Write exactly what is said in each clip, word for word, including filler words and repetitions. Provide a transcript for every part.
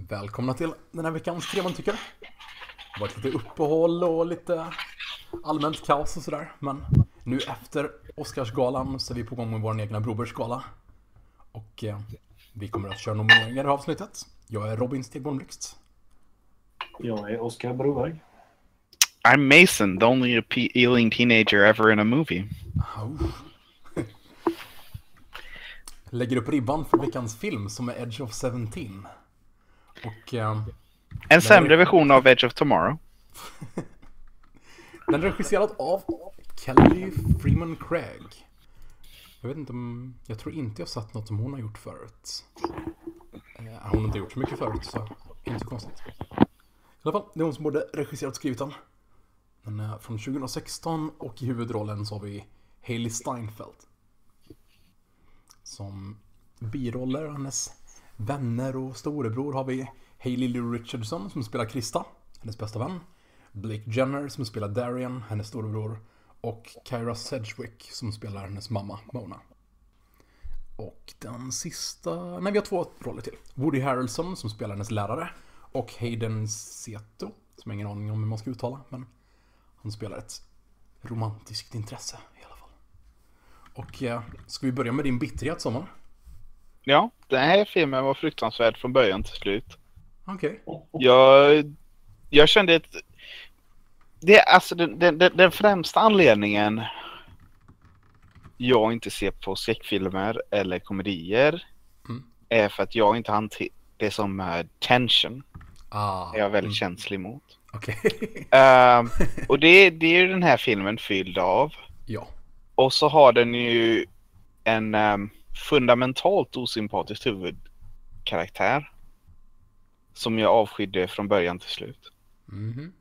Välkomna till den här veckans Tre man tycker. Det har varit lite uppehåll och lite allmänt kaos och sådär. Men nu efter Oscarsgalan så är vi på gång med vår egna Brobergsgala. Och eh, vi kommer att köra nomineringar i avsnittet. Jag är Robin Stegborn-Blixt. Jag är Oskar Broberg. I'm Mason, the only appealing teenager ever in a movie. Oh. Lägger upp ribban för veckans film som är Edge of seventeen. Och, eh, En sämre är... version av Edge of Tomorrow. Den är regisserad av Kelly Freeman Craig. Jag vet inte om... Jag tror inte jag har sett något som hon har gjort förut. Eh, hon har inte gjort så mycket förut, så inte så konstigt. I alla fall, det är hon som både regisserat och skrivit den. Den är från tjugo sexton och i huvudrollen så har vi Hailey Steinfeld. Som biroller, hennes vänner och storebror har vi Hailey Lou Richardson som spelar Krista, hennes bästa vän. Blake Jenner som spelar Darian, hennes storebror. Och Kyra Sedgwick som spelar hennes mamma, Mona. Och den sista... Nej, vi har två roller till. Woody Harrelson som spelar hennes lärare. Och Hayden Seto, som jag har ingen aning om hur man ska uttala. Men han spelar ett romantiskt intresse i alla fall. Och eh, ska vi börja med din bitterhet, Sommar? Ja, den här filmen var fruktansvärd från början till slut. Okej. Okay. Jag, jag kände ett... Det är alltså den, den, den främsta anledningen jag inte ser på skräckfilmer eller komedier mm. är för att jag inte hanterar det som uh, tension. Ah, är jag väldigt mm. känslig mot. Okay. uh, och det, det är ju den här filmen fylld av. Ja. Och så har den ju en um, fundamentalt osympatisk huvudkaraktär som jag avskydde från början till slut. Mhm.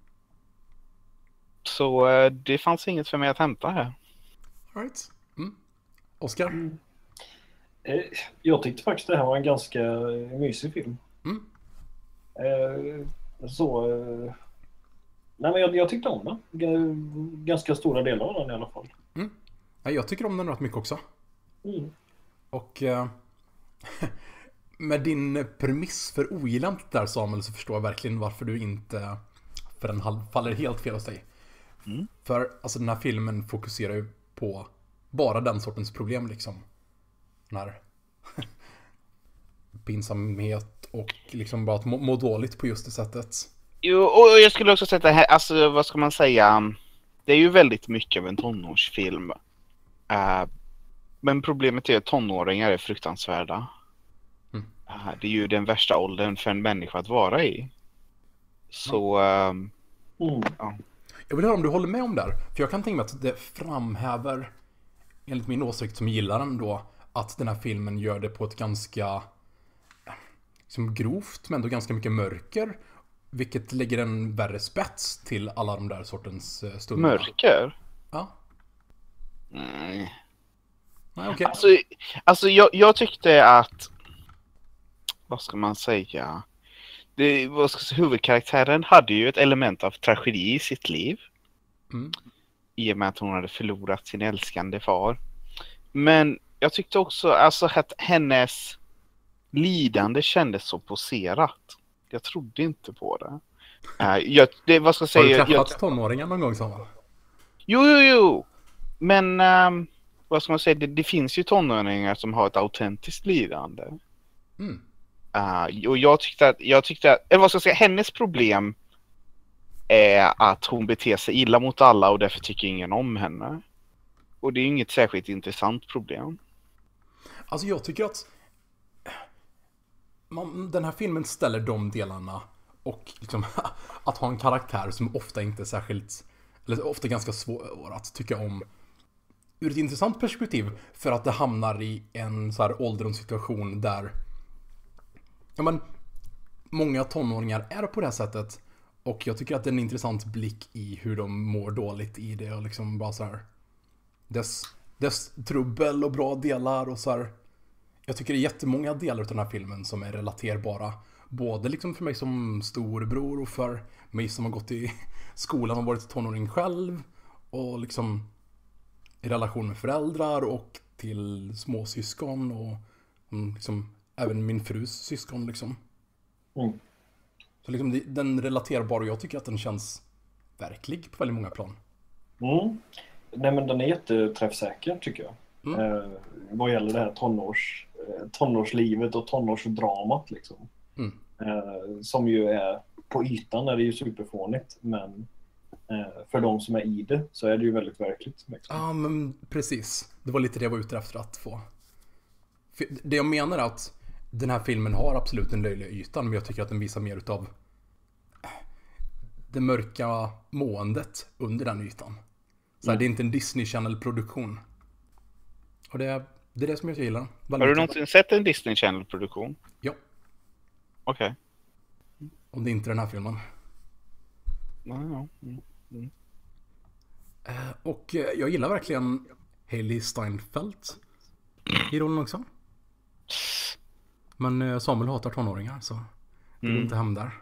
Så uh, det fanns inget för mig att hämta här. All right. Mm. Oscar? Mm. Eh, jag tyckte faktiskt det här var en ganska mysig film. Mm. Eh, så... Eh, nej, men jag, jag tyckte om den. G- ganska stora delar av den i alla fall. Mm. Ja, jag tycker om den rätt mycket också. Mm. Och... Eh, med din premiss för ogillandet där, Samuel, så förstår jag verkligen varför du inte... För den faller helt fel hos dig. Mm. För alltså, den här filmen fokuserar ju på bara den sortens problem liksom. När pinsamhet och liksom bara att må, må dåligt på just det sättet. Jo, och jag skulle också säga det här, alltså vad ska man säga, det är ju väldigt mycket av en tonårsfilm. Uh, men problemet är att tonåringar är fruktansvärda. Mm. Uh, det är ju den värsta åldern för en människa att vara i. Så... Um, mm. ja. Jag vill höra om du håller med om det här. För jag kan tänka mig att det framhäver, enligt min åsikt som gillar den då, att den här filmen gör det på ett ganska liksom grovt men ändå ganska mycket mörker. Vilket lägger en värre spets till alla de där sortens stunder. Mörker? Ja. Nej. Nej, okay. Alltså, alltså jag, jag tyckte att, vad ska man säga... Det, vad ska säga, huvudkaraktären hade ju ett element av tragedi i sitt liv. Mm. I och med att hon hade förlorat sin älskande far. Men jag tyckte också alltså, att hennes lidande kändes så poserat. Jag trodde inte på det. Uh, jag, det vad ska jag säga, har du träffat jag, tonåringar någon gång, Samuel? Jo, jo, jo. Men um, vad ska man säga, det, det finns ju tonåringar som har ett autentiskt lidande. Mm. Uh, och jag tyckte att, jag tyckte att, eller vad ska jag säga, hennes problem är att hon beter sig illa mot alla och därför tycker ingen om henne. Och det är inget särskilt intressant problem. Alltså jag tycker att man, den här filmen ställer de delarna och liksom, att ha en karaktär som ofta inte är särskilt, eller ofta ganska svår att tycka om ur ett intressant perspektiv, för att det hamnar i en så här ålderdomssituation där ja, men, många tonåringar är på det här sättet. Och jag tycker att det är en intressant blick i hur de mår dåligt i det. Och liksom bara så här, dess, dess trubbel och bra delar. Och så här, jag tycker det är jättemånga delar av den här filmen som är relaterbara. Både liksom för mig som storbror och för mig som har gått i skolan och varit tonåring själv. Och liksom i relation med föräldrar och till småsyskon och liksom... Även min frus syskon liksom. Mm. För liksom det- den relaterbar och jag tycker att den känns verklig på väldigt många plan. Mm. Nej, men den är jätteträffsäker tycker jag. Mm. Eh, vad gäller det här tonårs, eh, tonårslivet och tonårsdramat liksom. Mm. Eh, som ju är, på ytan är det ju superfånigt, men eh, för de som är i det så är det ju väldigt verkligt. Liksom. Ja, men precis. Det var lite det jag var ute efter att få. För det jag menar är att den här filmen har absolut den löjliga ytan, men jag tycker att den visar mer utav det mörka måendet under den ytan. Så här, Mm. det är inte en Disney Channel-produktion. Och det är, det är det som jag gillar. Har du någonsin sett en Disney Channel-produktion? Ja, Okej. om det inte är den här filmen. Ja, ja. Mm. Eh, Och eh, jag gillar verkligen Hailey Steinfeld i rollen också. Men eh, Samuel hatar tonåringar, så det går Mm. inte hem där.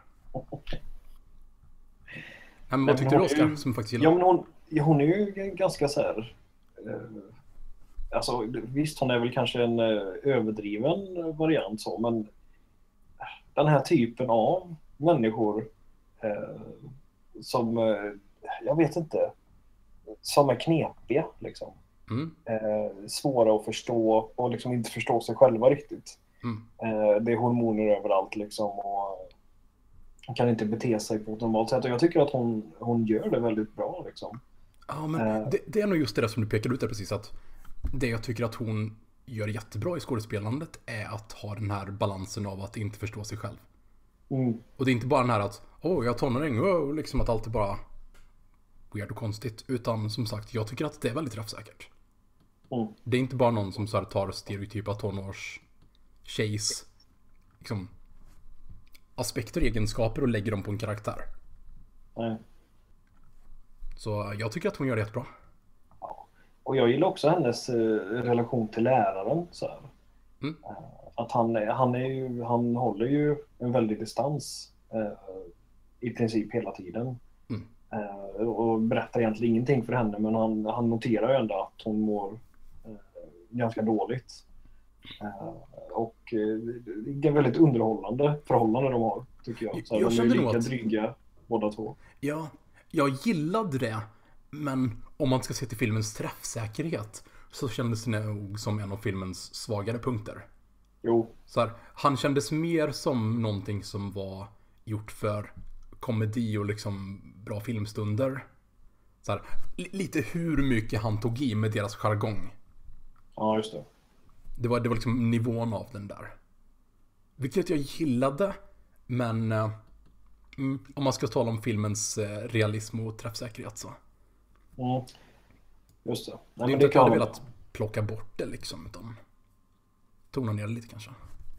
Nej, men Men vad tyckte hon du, är Oskar, ju- som faktiskt Ja, gillar? men hon, ja, hon är ju ganska så här... Eh, alltså, visst, hon är väl kanske en eh, överdriven variant så, men den här typen av människor eh, som, eh, jag vet inte, som är knepiga liksom. Mm, Eh, svåra att förstå och liksom inte förstå sig själva riktigt. mm. Eh, det är hormoner överallt liksom och hon kan inte bete sig på ett normalt sätt. Och jag tycker att hon, hon gör det väldigt bra liksom. Ja, men Eh. det, det är nog just det där som du pekade ut där precis, att det jag tycker att hon gör jättebra i skådespelandet är att ha den här balansen av att inte förstå sig själv. Mm. Och det är inte bara den här att åh, jag är tonåring, wow, liksom att allt är bara weird och konstigt. Utan som sagt, jag tycker att det är väldigt träffsäkert. Mm. Det är inte bara någon som så här tar stereotypa tonårs tjejs liksom, aspekter och egenskaper och lägger dem på en karaktär. Nej. Så jag tycker att hon gör det jättebra. Och jag gillar också hennes eh, relation till läraren. Så här. Mm. Eh, att han, är- han, är ju, han håller ju en väldig distans eh, i princip hela tiden. Mm. Eh, och berättar egentligen ingenting för henne, men han, han noterar ju ändå att hon mår eh, ganska dåligt. Eh, och eh, det är väldigt underhållande förhållande de har, tycker jag. Så här, Jag de är kände ju nog lika att- dryga båda två. Ja, jag gillade det. Men om man ska se till filmens träffsäkerhet så kändes det nog som en av filmens svagare punkter. Jo, Så här, han kändes mer som någonting som var gjort för komedi och liksom bra filmstunder. Så här, li- lite hur mycket han tog i med deras jargong. ja just det. Det var, det var liksom nivån av den där. Vilket jag gillade, men eh, mm, om man ska tala om filmens eh, realism och träffsäkerhet så. Mm. Just det. Nej, Det är men inte att jag kan hade vara- velat plocka bort det liksom, utan tona ner det lite kanske.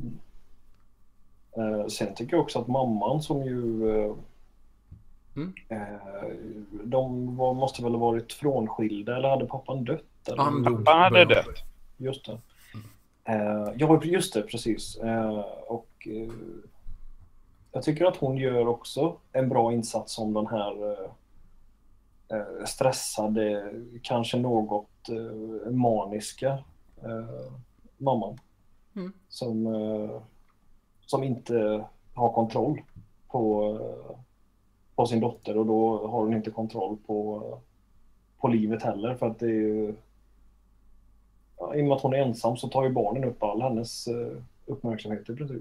Eh, sen tycker jag också att mamman som ju... Eh, Mm. eh, de var, måste väl ha varit frånskilda, eller hade pappan dött? Eller? Han dog. Han hade början. dött. Just det. Eh, ja, just det, precis. Eh, och eh, jag tycker att hon gör också en bra insats som den här eh, eh, stressade, kanske något eh, maniska eh, mamman. Mm. Som, eh, som inte har kontroll på, eh, på sin dotter, och då har hon inte kontroll på, på livet heller, för att det är ju, ja, i och med att hon är ensam så tar ju barnen upp all hennes eh, uppmärksamhet i princip.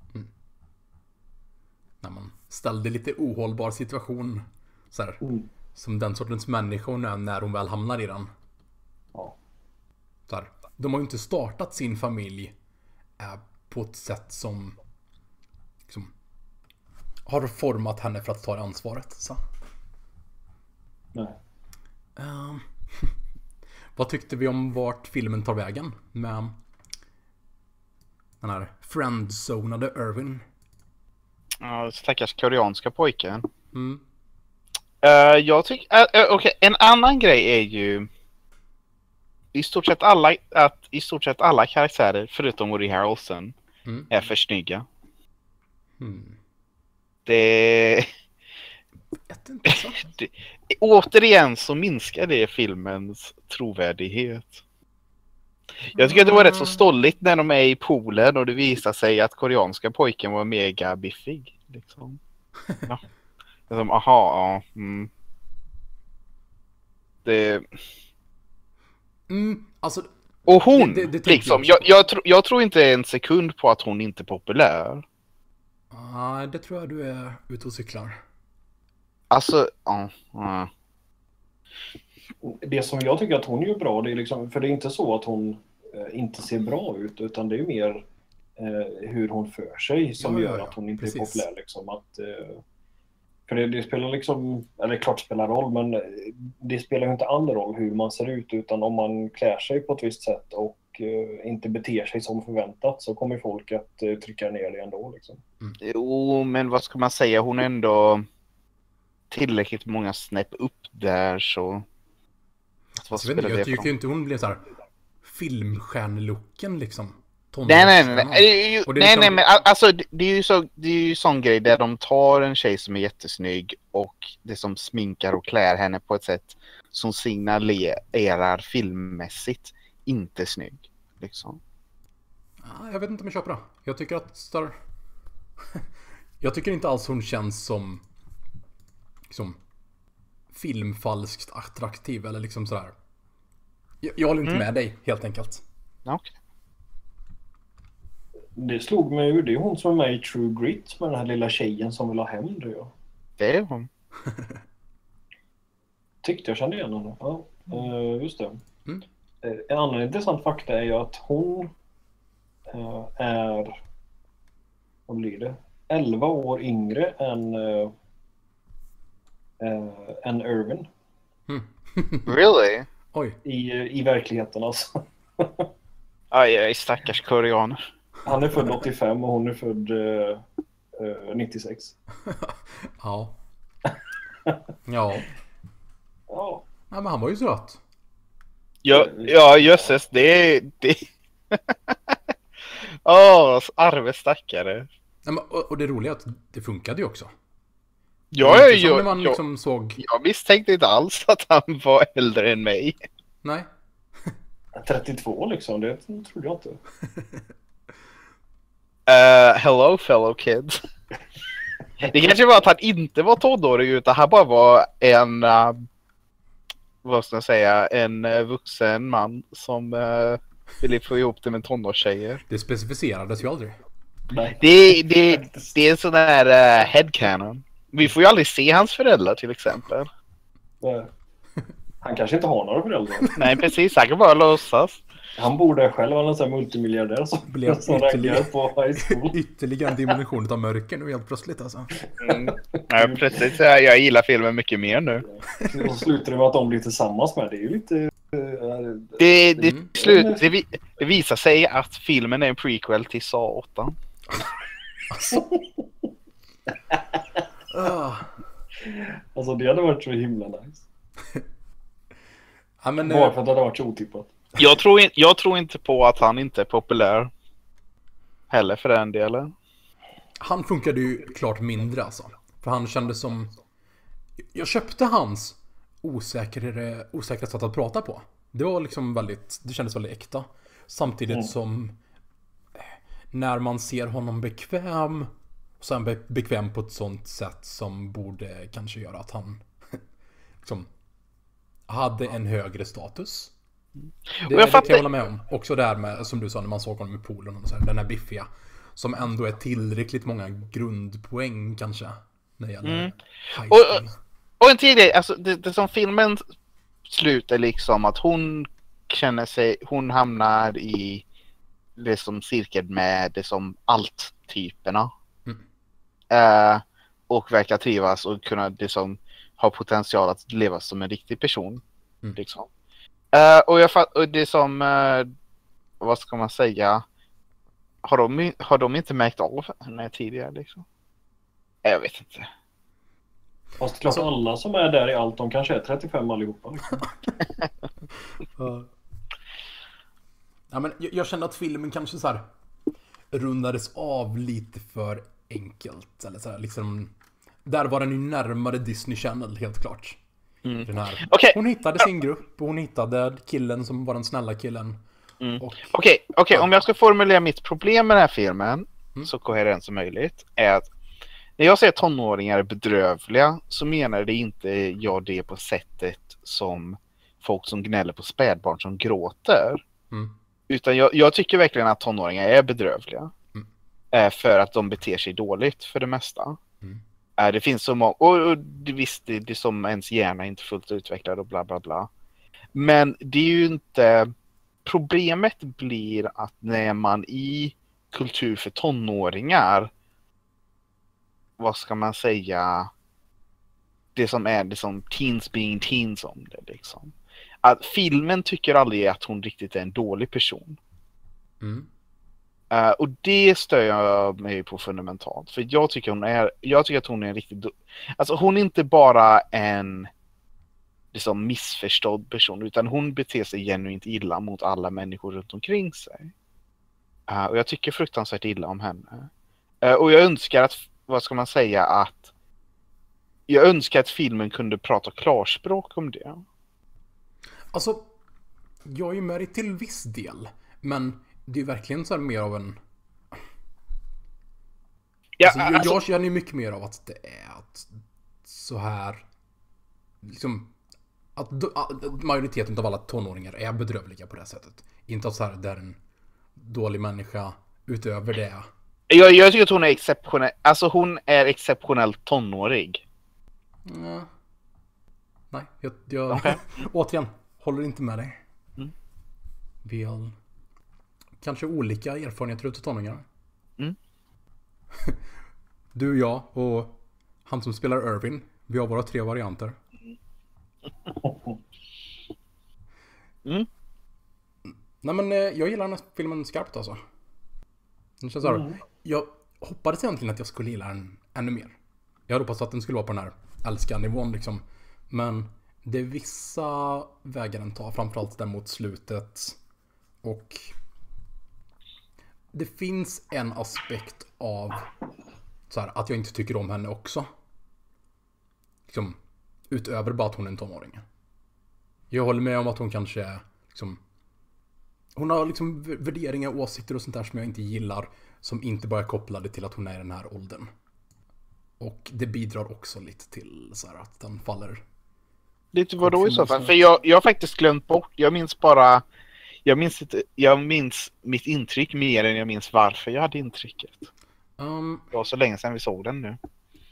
När man ställde lite ohållbar situation så här, Mm. som den sortens människa hon är när hon väl hamnar i den. Ja. Så här, de har ju inte startat sin familj eh, på ett sätt som liksom, har format henne för att ta det ansvaret. Så. Nej. Ehm, vad tyckte vi om vart filmen tar vägen med den här friendzonade Irvin? Ja, stackars koreanska pojken. Mm. Uh, jag tycker... Uh, Okej, en annan grej är ju... I stort sett alla, att i stort sett alla karaktärer, förutom Woody Harrelson, Mm. är för snygga. Mm. Det... Jätteintressant. Återigen så minskar det filmens trovärdighet. Jag tycker att det var rätt så stolligt när de är i poolen och det visar sig att koreanska pojken var mega biffig. Liksom. Ja. Det är som, aha, ja. Mm. Det... Mm, alltså... Och hon, det, det, det liksom, jag, jag, jag, tro, jag tror inte en sekund på att hon inte är populär. Nej, det tror jag du är ute och cyklar. Alltså, ja. ja. Det som jag tycker att hon gör bra, det är liksom, för det är inte så att hon eh, inte ser bra ut, utan det är mer eh, hur hon för sig som Ja, ja, gör ja. att hon inte Precis. är populär. Liksom. Att, eh, för det, det spelar liksom, eller klart det spelar roll, men det spelar ju inte all roll hur man ser ut, utan om man klär sig på ett visst sätt och eh, inte beter sig som förväntat, så kommer folk att eh, trycka ner det ändå. Liksom. Jo, men vad ska man säga? Hon är ändå tillräckligt många snäpp upp där, så... Vad Alltså, jag vet inte, spelar jag det för tycker ju inte hon blir så här filmstjärnlooken liksom. Nej, nej, nej. Nej, nej, Och det är nej, liksom- nej men al- alltså det det är ju så det är ju sån grej där de tar en tjej som är jättesnygg och det som sminkar och klär henne på ett sätt som signalerar filmmässigt inte snygg, liksom. Ja, jag vet inte om jag köper det. Jag tycker att Star... jag tycker inte alls hon känns som... Liksom... filmfalskt attraktiv eller liksom sådär. Jag, jag håller inte Mm. med dig, helt enkelt. Ja, okej. Det slog mig ju, det är hon som är med i True Grit med den här lilla tjejen som vill ha hämnd. Ja. Det är hon. Tyckte jag kände igen henne. Ja, eh, just det. Mm. Eh, En annan intressant fakta är ju att hon eh, är, vad blir det, elva år yngre än, uh, än Irvin Really? Oj. i, i verkligheten. Alltså. Aj, aj, stackars koreaner. Han är född åttiofem och hon är född uh, uh, nittiosex. Ja. Ja. Ja. Nej, men han var ju söt. Ja, ja jösses, det är... Det... Åh, oh, arve stackare. Nej, men, och, och det roliga är att det funkade ju också. Ja, Det är jag, inte som när jag, man jag, liksom såg... jag misstänkte inte alls att han var äldre än mig. Nej. trettiotvå liksom, det trodde jag inte. Uh, hello fellow kids. Det kanske var att han inte var tonåring utan han bara var en, uh, vad ska jag säga, en uh, vuxen man som uh, ville få ihop det med tonårstjejer. Det specificerades ju aldrig. Nej. Det, det, det är en sån där uh, headcanon. Vi får ju aldrig se hans föräldrar till exempel. Nej. Han kanske inte har några föräldrar. Nej precis, han kan bara låtsas. Han bor där själv, han är en sån här multimiljardär som, Blev som ytterligare- raggar på high school. Ytterligare en dimension av mörker nu helt plötsligt alltså. Mm. Ja, precis, jag, jag gillar filmen mycket mer nu. Och så slutar det med att de blir tillsammans med. Det är ju lite... äh, Det, det, Mm. slut, det, vi, det visar sig att filmen är en prequel till Saw åtta. Ah. Alltså det hade varit så himla nice. Ja, men, Bara eh, för att det hade varit så otippat. Jag tror, in, jag tror inte på att han inte är populär. Heller för den delen. han funkade ju klart mindre alltså. För han kändes som... Jag köpte hans osäkrare, osäkra sätt att prata på. Det var liksom väldigt... Det kändes väldigt äkta. Samtidigt Mm. som... eh, När man ser honom bekväm... Så är han be- bekväm på ett sånt sätt som borde kanske göra att han... liksom, hade en högre status. Det, Och jag det kan fattar- jag hålla med om. Också där med, som du sa, när man såg honom i poolen och så här, den här biffiga. Som ändå är tillräckligt många grundpoäng kanske. När det gäller Mm. high Och- school. Och en till grej, alltså det, det som filmen slutar liksom att hon känner sig, hon hamnar i det som cirkeln med det som allt-typerna. Mm. Eh, och verkar trivas och kunna det som har potential att leva som en riktig person. Mm. Liksom. Eh, och, jag, fatt- och det som, eh, vad ska man säga, har de, har de inte märkt av henne tidigare liksom? Jag vet inte. Fast klart alla som är där i allt, de kanske är trettiofem allihopa. Liksom. Ja, men jag, jag kände att filmen kanske så här rundades av lite för enkelt. Eller så här, liksom, där var den ju närmare Disney Channel, helt klart. Mm. Den här. Okej. Hon hittade sin grupp och hon hittade killen som var den snälla killen. Mm. Och, Okej, okej, Ja. om jag ska formulera mitt problem med den här filmen Mm. så koherent som möjligt är att när jag säger tonåringar är bedrövliga så menar det inte jag det på sättet som folk som gnäller på spädbarn som gråter. Mm. Utan jag, jag tycker verkligen att tonåringar är bedrövliga. Mm. Eh, för att de beter sig dåligt för det mesta. Mm. Eh, det finns så många, och, och det, visst, det, det är som ens hjärna inte fullt utvecklad och bla bla bla. Men det är ju inte... Problemet blir att när man i kultur för tonåringar, vad ska man säga, det som är liksom teens being teens om det liksom. Att filmen tycker aldrig att hon riktigt är en dålig person. Mm. Uh, och det stör jag mig på fundamentalt. För jag tycker hon är, jag tycker att hon är en riktigt, do- alltså hon är inte bara en liksom missförstådd person, utan hon beter sig genuint illa mot alla människor runt omkring sig. Uh, och jag tycker fruktansvärt illa om henne. Uh, och jag önskar att, vad ska man säga, att jag önskar att filmen kunde prata klarspråk om det. Alltså, jag är ju med dig till viss del, men det är verkligen så här mer av en... Ja, alltså, jag, alltså... jag känner ju mycket mer av att det är att så här... Liksom... Att, att majoriteten av alla tonåringar är bedrövliga på det sättet. Inte att så här, det är en dålig människa utöver det. Jag, jag tycker att hon är exceptionell. Alltså hon är exceptionellt tonårig. Ja. Nej, jag, jag Okay. återigen, håller inte med dig. Mm. Vi har kanske olika erfarenheter utav tonåringar. Mm. Du, jag och han som spelar Irvin, vi har våra tre varianter. Mm. Nej, men eh, jag gillar den här filmen skarpt alltså. Det känns så här, Mm. jag hoppades egentligen att jag skulle gilla den ännu mer. Jag hade hoppats att den skulle vara på den här älskar-nivån liksom. Men det är vissa vägar den tar, framförallt den mot slutet. Och det finns en aspekt av så här, att jag inte tycker om henne också. Liksom, utöver bara att hon är en tonåring. Jag håller med om att hon kanske liksom, hon har liksom värderingar, åsikter och sånt där som jag inte gillar, som inte bara är kopplade till att hon är i den här åldern. Och det bidrar också lite till så här, att den faller. Lite vadå i så fall? För jag, jag har faktiskt glömt bort. Jag minns bara... Jag minns, inte, jag minns mitt intryck mer än jag minns varför jag hade intrycket. Um, Det var så länge sedan vi såg den nu.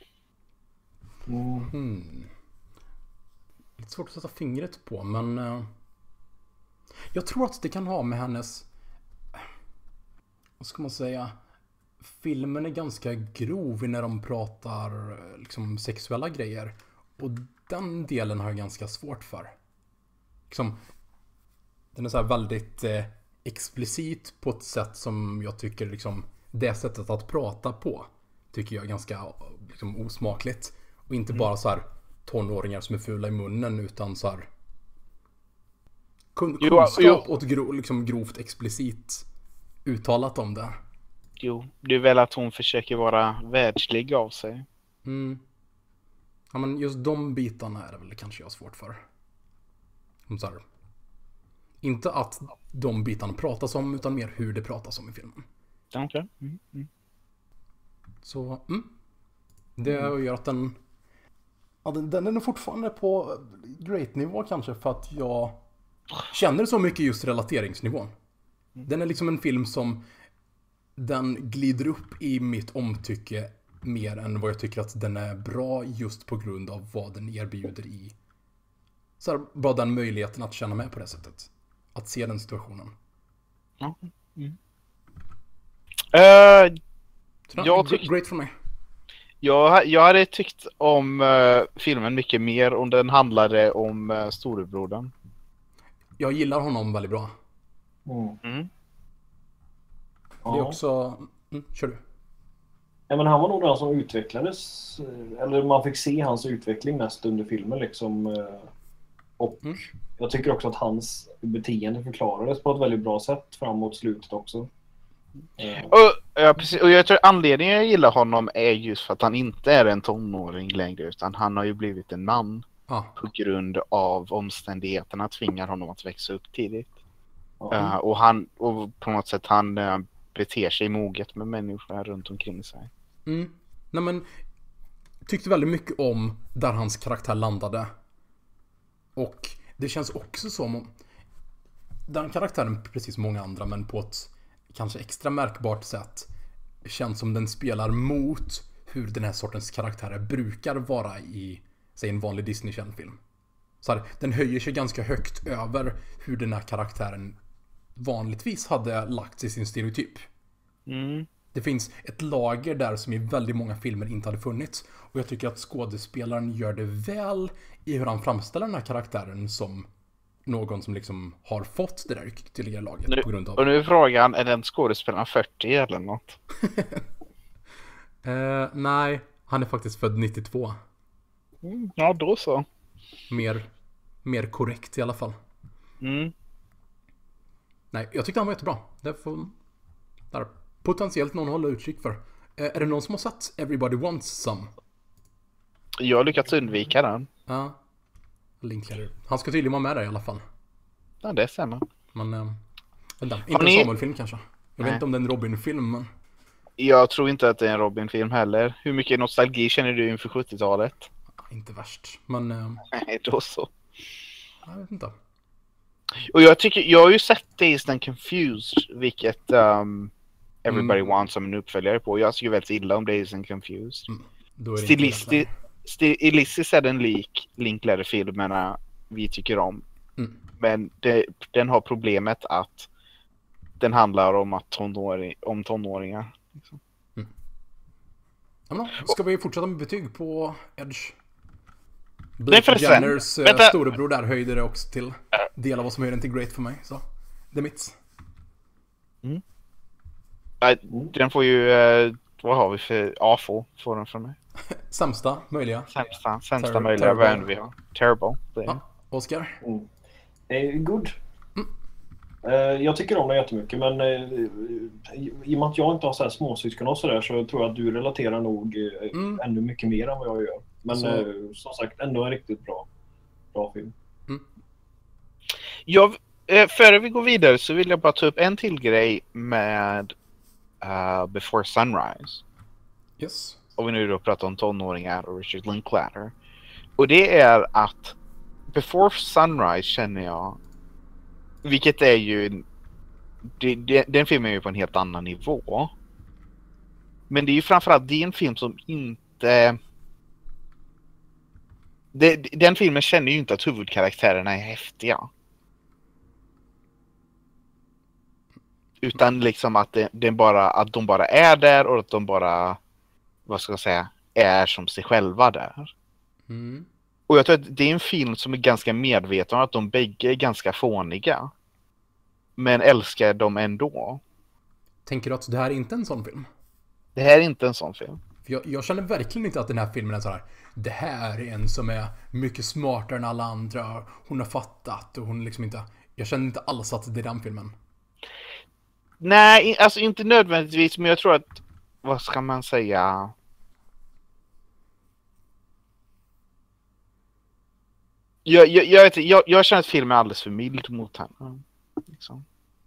Mm. hmm. Lite svårt att sätta fingret på, men... Uh, jag tror att det kan ha med hennes... Vad ska man säga? Filmen är ganska grov när de pratar liksom, sexuella grejer. Och den delen har jag ganska svårt för. Liksom, den är så här väldigt eh, explicit på ett sätt som jag tycker liksom, det sättet att prata på tycker jag är ganska liksom, osmakligt. Och inte mm. bara så här tonåringar som är fula i munnen, utan så här kun- kunskap jo, jo. och gro- liksom, grovt explicit uttalat om det. Jo, det är väl att hon försöker vara världslig av sig. Mm. Ja, men just de bitarna är det väl kanske jag har svårt för. Så här. Inte att de bitarna pratas om, utan mer hur det pratas om i filmen. Okej. Okay. Mm. Mm. Så, mm. Det mm. gör att den, ja, den... Den är fortfarande på great-nivå kanske, för att jag känner så mycket just relateringsnivån. Mm. Den är liksom en film som den glider upp i mitt omtycke mer än vad jag tycker att den är bra, just på grund av vad den erbjuder i så här, bara den möjligheten att känna med på det sättet. Att se den situationen. Mm. Mm. Uh, jag tyck- great för mig. Jag, jag hade tyckt om uh, filmen mycket mer om den handlade om uh, storebrodern. Jag gillar honom väldigt bra. Mm. Mm. Det är också... Mm, kör du. Ja, men han var nog den som utvecklades, eller man fick se hans utveckling mest under filmen liksom. Och mm. jag tycker också att hans beteende förklarades på ett väldigt bra sätt fram mot slutet också. Och, ja, precis. Och jag tror anledningen jag gillar honom är just för att han inte är en tonåring längre, utan han har ju blivit en man ah. på grund av omständigheterna tvingar honom att växa upp tidigt. Mm. Uh, och han och på något sätt han uh, beter sig moget med människor runt omkring sig. Mm. Nej, men tyckte väldigt mycket om där hans karaktär landade. Och det känns också som den karaktären, precis som många andra, men på ett kanske extra märkbart sätt, känns som den spelar mot hur den här sortens karaktärer brukar vara i, säg, en vanlig Disney-film. Så här, den höjer sig ganska högt över hur den här karaktären vanligtvis hade lagt i sin stereotyp. Mm. Det finns ett lager där som i väldigt många filmer inte hade funnits. Och jag tycker att skådespelaren gör det väl i hur han framställer den här karaktären som någon som liksom har fått det där ytterligare laget Nu, på grund av... och nu är frågan, är den skådespelaren fyrtio eller något? eh, nej, han är faktiskt född nittiotvå. Mm, ja, då så. Mer, mer korrekt i alla fall. Mm. Nej, jag tyckte han var jättebra. Det får... Där. Potentiellt någon håller utkik för. Eh, är det någon som har sett Everybody Wants Some? Jag har lyckats undvika den. Ja. Linklater. Han ska tydligen vara med där i alla fall. Ja, det stämmer. Men, äh, vänta. Inte ni... en Samuel-film kanske. Jag Nej. vet inte om det är en Robin-film, men... Jag tror inte att det är en Robin-film heller. Hur mycket nostalgi känner du inför sjuttiotalet? Inte värst, men... Äh, Nej, då så. jag vet inte. Och jag tycker, jag har ju sett Dazed and Confused, vilket um, Everybody Mm. Wants som en uppföljare på. Jag tycker väldigt illa om Dazed and Confused. Mm. Då är det Stilisti- inte Stilistiskt är den lik Linklater-filmerna vi tycker om. Mm. Men det, den har problemet att den handlar om, att tonåring, om tonåringar. Liksom. Ja, men då, ska vi fortsätta med betyg på Edge? Nej, Blake förresten. Jenners äh, Vänta. storebror där höjde det också till del av vad som höjde den till great för mig. Så, det är mitt. Nej, den får ju, eh, vad har vi för A F O får den från mig. Sämsta möjliga. Sämsta, sämsta Ter- möjliga terrible. vän vi har. Terrible. Det är. Ja, Oscar. Mm. Eh, good. Eh, jag tycker om den jättemycket, men eh, i, i och med att jag inte har så här småsyskon och sådär, så tror jag att du relaterar nog eh, Mm. ännu mycket mer än vad jag gör. Men Så- eh, som sagt, ändå en riktigt bra, bra film. Jag, eh, före vi går vidare så vill jag bara ta upp en till grej med uh, Before Sunrise. Yes. Och vi nu då pratar om tonåringar och Richard Linklater. Och det är att Before Sunrise känner jag, vilket är ju, det, det, den filmen är ju på en helt annan nivå. Men det är ju framförallt, det är en film som inte... Det, den filmen känner ju inte att huvudkaraktärerna är häftiga. Utan liksom att, det, det bara, att de bara är där och att de bara, vad ska jag säga, är som sig själva där. Mm. Och jag tror att det är en film som är ganska medveten om att de bägge är ganska fåniga. Men älskar dem ändå. Tänker du att det här är inte en sån film? Det här är inte en sån film. För jag, jag känner verkligen inte att den här filmen är så här. Det här är en som är mycket smartare än alla andra. Hon har fattat och hon liksom inte... Jag känner inte alls att det är den filmen. Nej, alltså inte nödvändigtvis, men jag tror att, vad ska man säga? Jag, jag, jag, vet, inte, jag, jag känner att filmen är alldeles för mild mot henne. Liksom.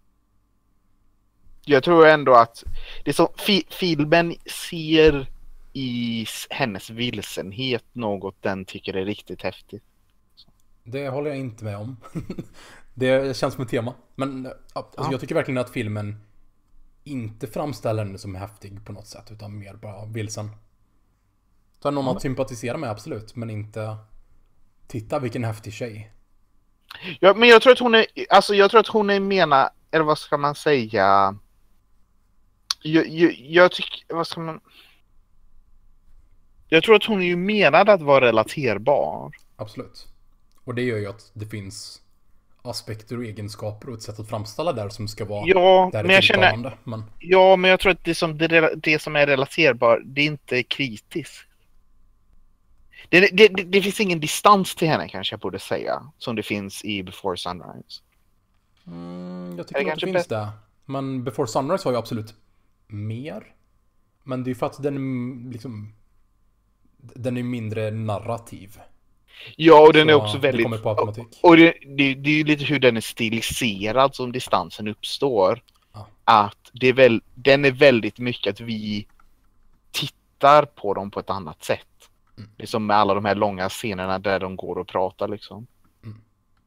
Jag tror ändå att det som fi, filmen ser i hennes vilsenhet något den tycker är riktigt häftigt. Det håller jag inte med om. Det känns som ett tema. Men alltså, Ja. jag tycker verkligen att filmen inte framställer henne som häftig på något sätt, utan mer bara vilsen. Så är någon Ja. att sympatisera med, absolut, men inte titta vilken häftig tjej. Ja, men jag tror att hon är, alltså jag tror att hon är mena, eller vad ska man säga? Jag, jag, jag tycker, vad ska man... Jag tror att hon är ju menad att vara relaterbar. Absolut. Och det gör ju att det finns aspekter och egenskaper och ett sätt att framställa där som ska vara Ja, där men jag känner, tilltalande. Men ja, men jag tror att det som, det, det som är relaterbar, det är inte kritiskt. Det, det, det, det finns ingen distans till henne, kanske jag borde säga, som det finns i Before Sunrise. mm, jag Är tycker det nog att kanske det finns det. Men Before Sunrise har ju absolut mer. Men det är ju för att den är liksom... Den är mindre narrativ. Ja, och den Så är också det väldigt... kommer på automatik. Och det, det, det är ju lite hur den är stiliserad som distansen uppstår. Ja. Att det är väl, den är väldigt mycket att vi tittar på dem på ett annat sätt. Mm. Liksom med alla de här långa scenerna där de går och pratar liksom. Mm.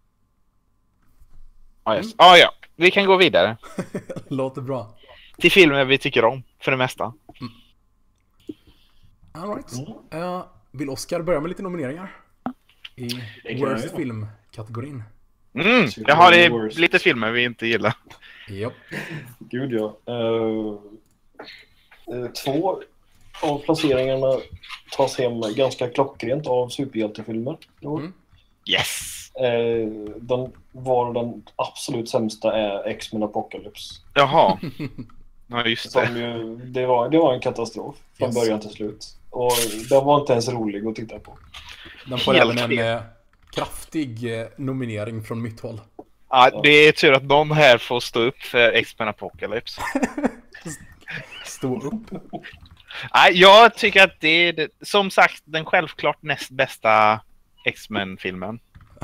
Ah, yes. mm. ah, ja, vi kan gå vidare. Låter bra. Till filmer vi tycker om, för det mesta. Mm. All right. Mm. Uh, vill Oscar börja med lite nomineringar? I worst film-kategorin. Mm, jag har det lite filmer vi inte gillar. Japp. Gud ja. Uh, uh, två av placeringarna tas hem ganska klockrent av superhjältefilmer. Mm. Yes! Uh, den var den absolut sämsta är X-Men Apocalypse. Jaha. Ja, just det. Som ju, det, var, det var en katastrof från yes. början till slut. Och den var inte ens rolig att titta på. Den får även en eh, kraftig eh, nominering från mitt håll. Ja, det är tur att någon här får stå upp för X-Men Apocalypse. Stå upp? Nej, jag tycker att det är, det, som sagt, den självklart näst bästa X-Men-filmen.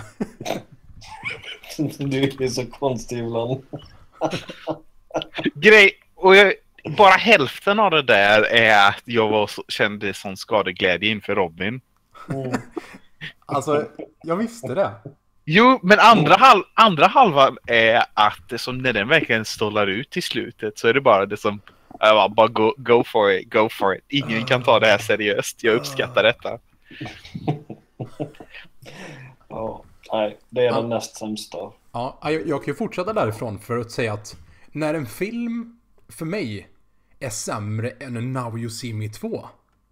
Du är så konstig ibland. Grej, och jag, bara hälften av det där är att jag var så, kände sån skadeglädje inför Robin. Mm. Alltså, jag visste det. Jo, men andra, halv, andra halvan är att det som när den verkligen stålar ut till slutet så är det bara det som äh, bara go, go for it, go for it. Ingen kan ta det här seriöst. Jag uppskattar detta. Ja, nej, det är ja. den näst sämsta. Ja, jag, jag kan ju fortsätta därifrån för att säga att när en film för mig är sämre än Now You See Me två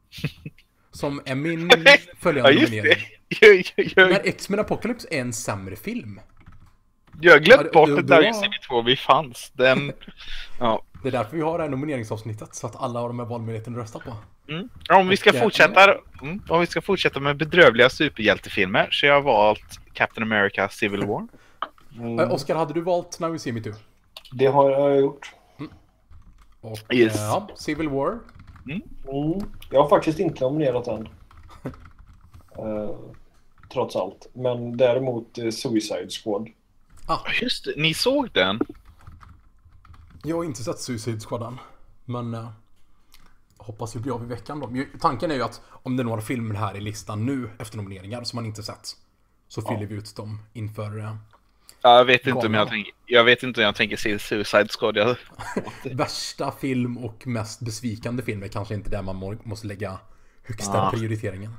som är min följande ja, nominering. Jag, jag, jag... När X-Men Apocalypse är en sämre film. Jag har glömt bort ja, att Now You See Me två vi fanns. Den... ja. Det är därför vi har det här nomineringsavsnittet så att alla har de här valmöjligheten röstar på. Mm. Om vi ska Och, fortsätta mm, om vi ska fortsätta med bedrövliga superhjältefilmer så jag har valt Captain America Civil War. Mm. Oscar, hade du valt Now You See Me två? Det har jag gjort. Mm. Och yes. ja, Civil War. Mm. Mm. Jag har faktiskt inte nominerat den. uh, trots allt. Men däremot uh, Suicide Squad. Ah, just det. Ni såg den? Jag har inte sett Suicide Squad än. Men uh, hoppas ju bli av i veckan då. Tanken är ju att om det är några filmer här i listan nu efter nomineringar som man inte sett så fyller ja. vi ut dem inför... Uh, Ja, jag vet inte om jag tänker jag vet inte om jag tänker se Suicide Squad. Jag... Värsta film och mest besvikande film är kanske inte där man måste lägga högsta ah. prioriteringen.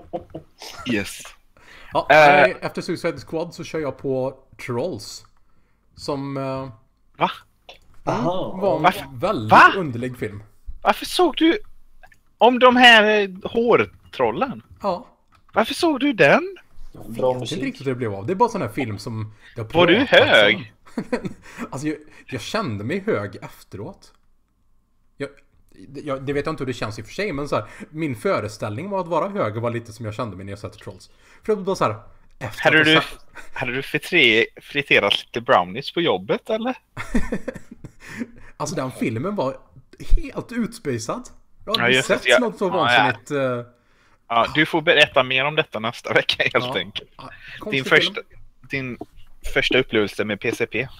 Yes. Ja, uh... efter Suicide Squad så kör jag på Trolls som uh... Va? Aha. var en Varför? väldigt Va? underlig film. Varför såg du om de här hårtrollen? Ja. Varför såg du den? Jag vet inte riktigt hur det blev av. Det är bara sån här film som... Jag var du hög? Alltså, jag, jag kände mig hög efteråt. Jag, jag, det vet jag inte hur det känns i och för sig, men så här, min föreställning var att vara hög och var lite som jag kände mig när jag satt Trolls. För det var så här... Hade du, så här... hade du fritre, friterat lite brownies på jobbet, eller? Alltså, den filmen var helt utspejsad. Jag har ja, inte sett jag... något så ja, vansinnigt... Ja. Uh... Ja, du får berätta mer om detta nästa vecka helt ja. enkelt. Ja, din, första, din första upplevelse med P C P.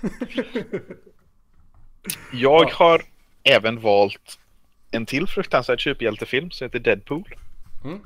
Jag ja. har även valt en till fruktansvärd superhjältefilm som heter Deadpool. Mm.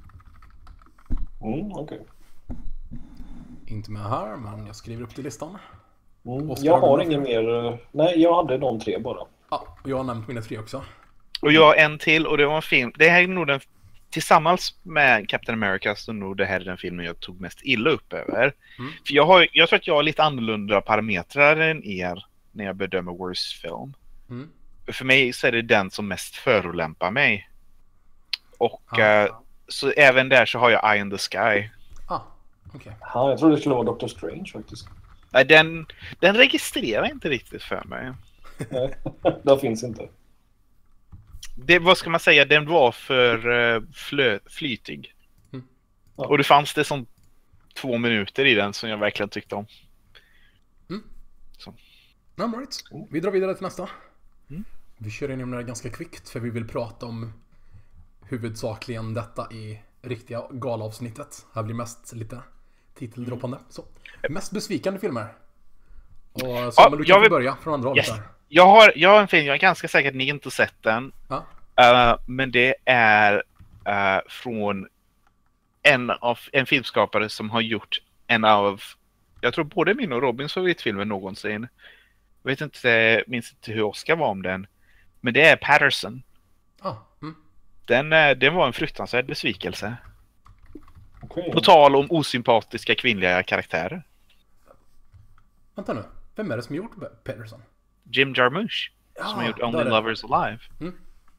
Mm, okej. Okay. Inte med här, men jag skriver upp till listan. Mm. Jag har, har ingen mer... Nej, jag hade de tre bara. Ja, och jag har nämnt mina tre också. Och jag har en till och det var en film. Det här är nog den... Tillsammans med Captain America så nog det här är den filmen jag tog mest illa upp över. Mm. För jag, har, jag tror att jag har lite annorlunda parametrar än er när jag bedömer worst film. Mm. För mig så är det den som mest förolämpar mig. Och ah. uh, så även där så har jag Eye in the Sky. Ah, okay. Ja, jag trodde det skulle vara Doctor Strange faktiskt. Nej, den, den registrerar inte riktigt för mig. Nej, det finns inte. Det, vad ska man säga, den var för uh, flö, flytig. Mm. Ja. Och det fanns det som två minuter i den som jag verkligen tyckte om. Mm. Så. No, right. Vi drar vidare till nästa. Mm. Vi kör in i det här ganska kvickt för vi vill prata om huvudsakligen detta i riktiga galavsnittet. Här blir mest lite titeldroppande. Så, mest besvikande filmer. Och Samuel, ja, du kan vill... börja från andra yes. hållet där. Jag har, jag har en film, jag är ganska säker att ni inte sett den. Ja. Uh, men det är uh, från en, av, en filmskapare som har gjort en av, jag tror både min och Robins favoritfilmer någonsin. Jag vet inte, minns inte hur Oscar var om den. Men det är Patterson. Ah, mm. Den, den var en fruktansvärd besvikelse. Okay. På tal om osympatiska kvinnliga karaktärer. Vänta nu, vem är det som gjort Patterson? Jim Jarmusch. Ja, som har gjort där Only är det. Lovers Alive. Mm.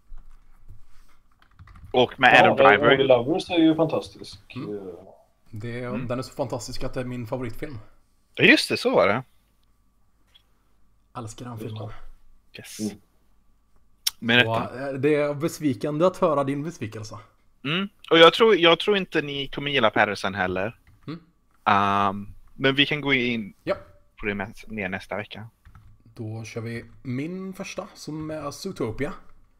Och med Ja, Adam Driver. Only Lovers är ju fantastisk. Mm. Eh, Det, Mm. Den är så fantastisk att det är min favoritfilm. Ja, just det, så var det. Älskar den filmen. Yes. Mm. Men Så, detta. eh, det är besvikande att höra din besvikelse. Mm. Och jag tror, jag tror inte ni kommer gilla Patterson heller. Mm. Um, men vi kan gå in Ja, på det med, mer nästa vecka. då kör vi min första som är Zootopia.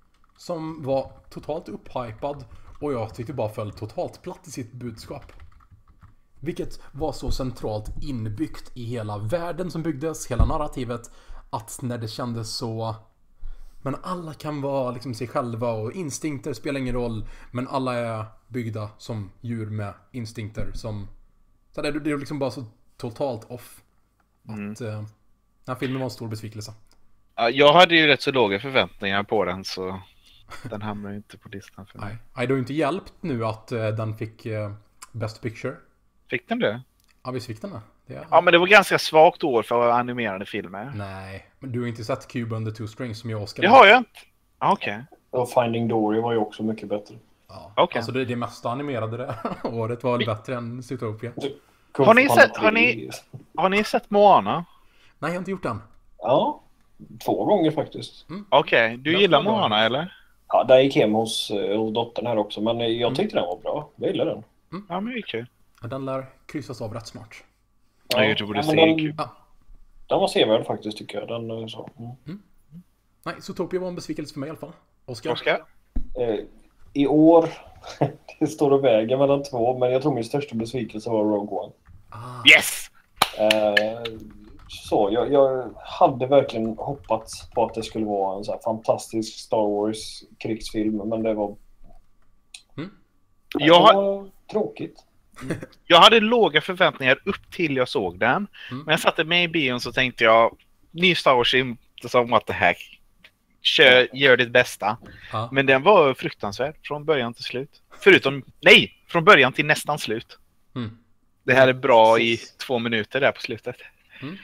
Som var totalt upphypad och jag tyckte bara föll totalt platt i sitt budskap. Vilket var så centralt inbyggt i hela världen som byggdes, hela narrativet, att när det kändes så... Men alla kan vara liksom sig själva och instinkter spelar ingen roll, men alla är byggda som djur med instinkter som... Så det är, det är liksom bara så totalt off. Mm. Att eh, den här filmen var en stor besvikelse. Ja, jag hade ju rätt så låga förväntningar på den, så den hamnar ju inte på listan för mig. Nej, Nej det har ju inte hjälpt nu att eh, den fick eh, Best Picture. Fick den det? Ja, visst fick den det. det är... Ja, men det var ganska svagt år för animerade filmer. Nej, men du har inte sett Cube under Two Strings som jag Oscar. Det har jag inte. Ah, Okej. Okay. Och Finding Dory var ju också mycket bättre. Ja. Okej. Alltså det, det mesta animerade det året var väl bättre än Zootopia. Kung Har ni Fu sett- Panda har ni- tre. Har ni sett Moana? Nej, jag har inte gjort den. Ja, två gånger faktiskt. Okej, okay. du Den gillar var bra. Moana eller? Ja, den gick hem hos, eh, hos dottern här också, men eh, jag Mm. tyckte den var bra. Jag gillar den. Ja, men det är kul. Ja, den lär kryssas av rätt snart. Ja, jag borde men se den, kul. Ja. den var sevärd faktiskt tycker jag. Den, eh, så. Mm. Nej, Zootopia var en besvikelse för mig i alla fall. Oscar? Oscar? Eh, I år, det står och väger mellan två, men jag tror min största besvikelse var Rogue One. Ah, Yes! Eh, så, jag, jag hade verkligen hoppats på att det skulle vara en så här fantastisk Star Wars krigsfilm, men det var, Mm. det Jag har- var tråkigt. Jag hade låga förväntningar upp till jag såg den. Mm. Men jag satte mig i bion så tänkte jag, ny Star Wars film, som what the heck. Kör, gör ditt bästa. Ja. Men den var fruktansvärd från början till slut. Förutom, nej, från början till nästan slut. Mm. Det här är bra i två minuter där på slutet. Mm.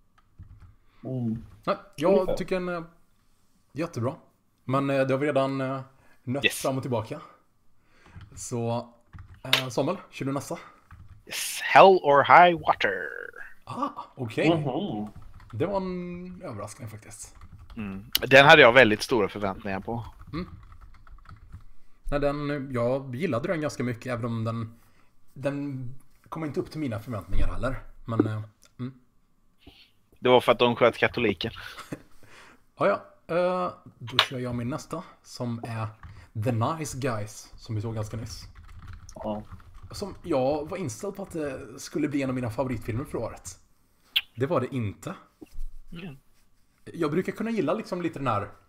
Nej, Ungefär. jag tycker den är jättebra. Men eh, det har vi redan eh, nött Yes. fram och tillbaka. Så eh, Samuel, kör du nästa? Yes. Hell or High Water. Ah, okej. Mhm. Det var en överraskning faktiskt. Mm. Den hade jag väldigt stora förväntningar på. Nej, den, jag gillade den ganska mycket, även om den, den kom inte upp till mina förväntningar heller. Men, eh, mm. Det var för att de sköt katoliken. ja, ja. Eh, då kör jag min nästa, som är The Nice Guys, som vi såg ganska nyss. Ja. Som jag var inställd på att det skulle bli en av mina favoritfilmer för året. Det var det inte. Mm. Jag brukar kunna gilla liksom lite den här...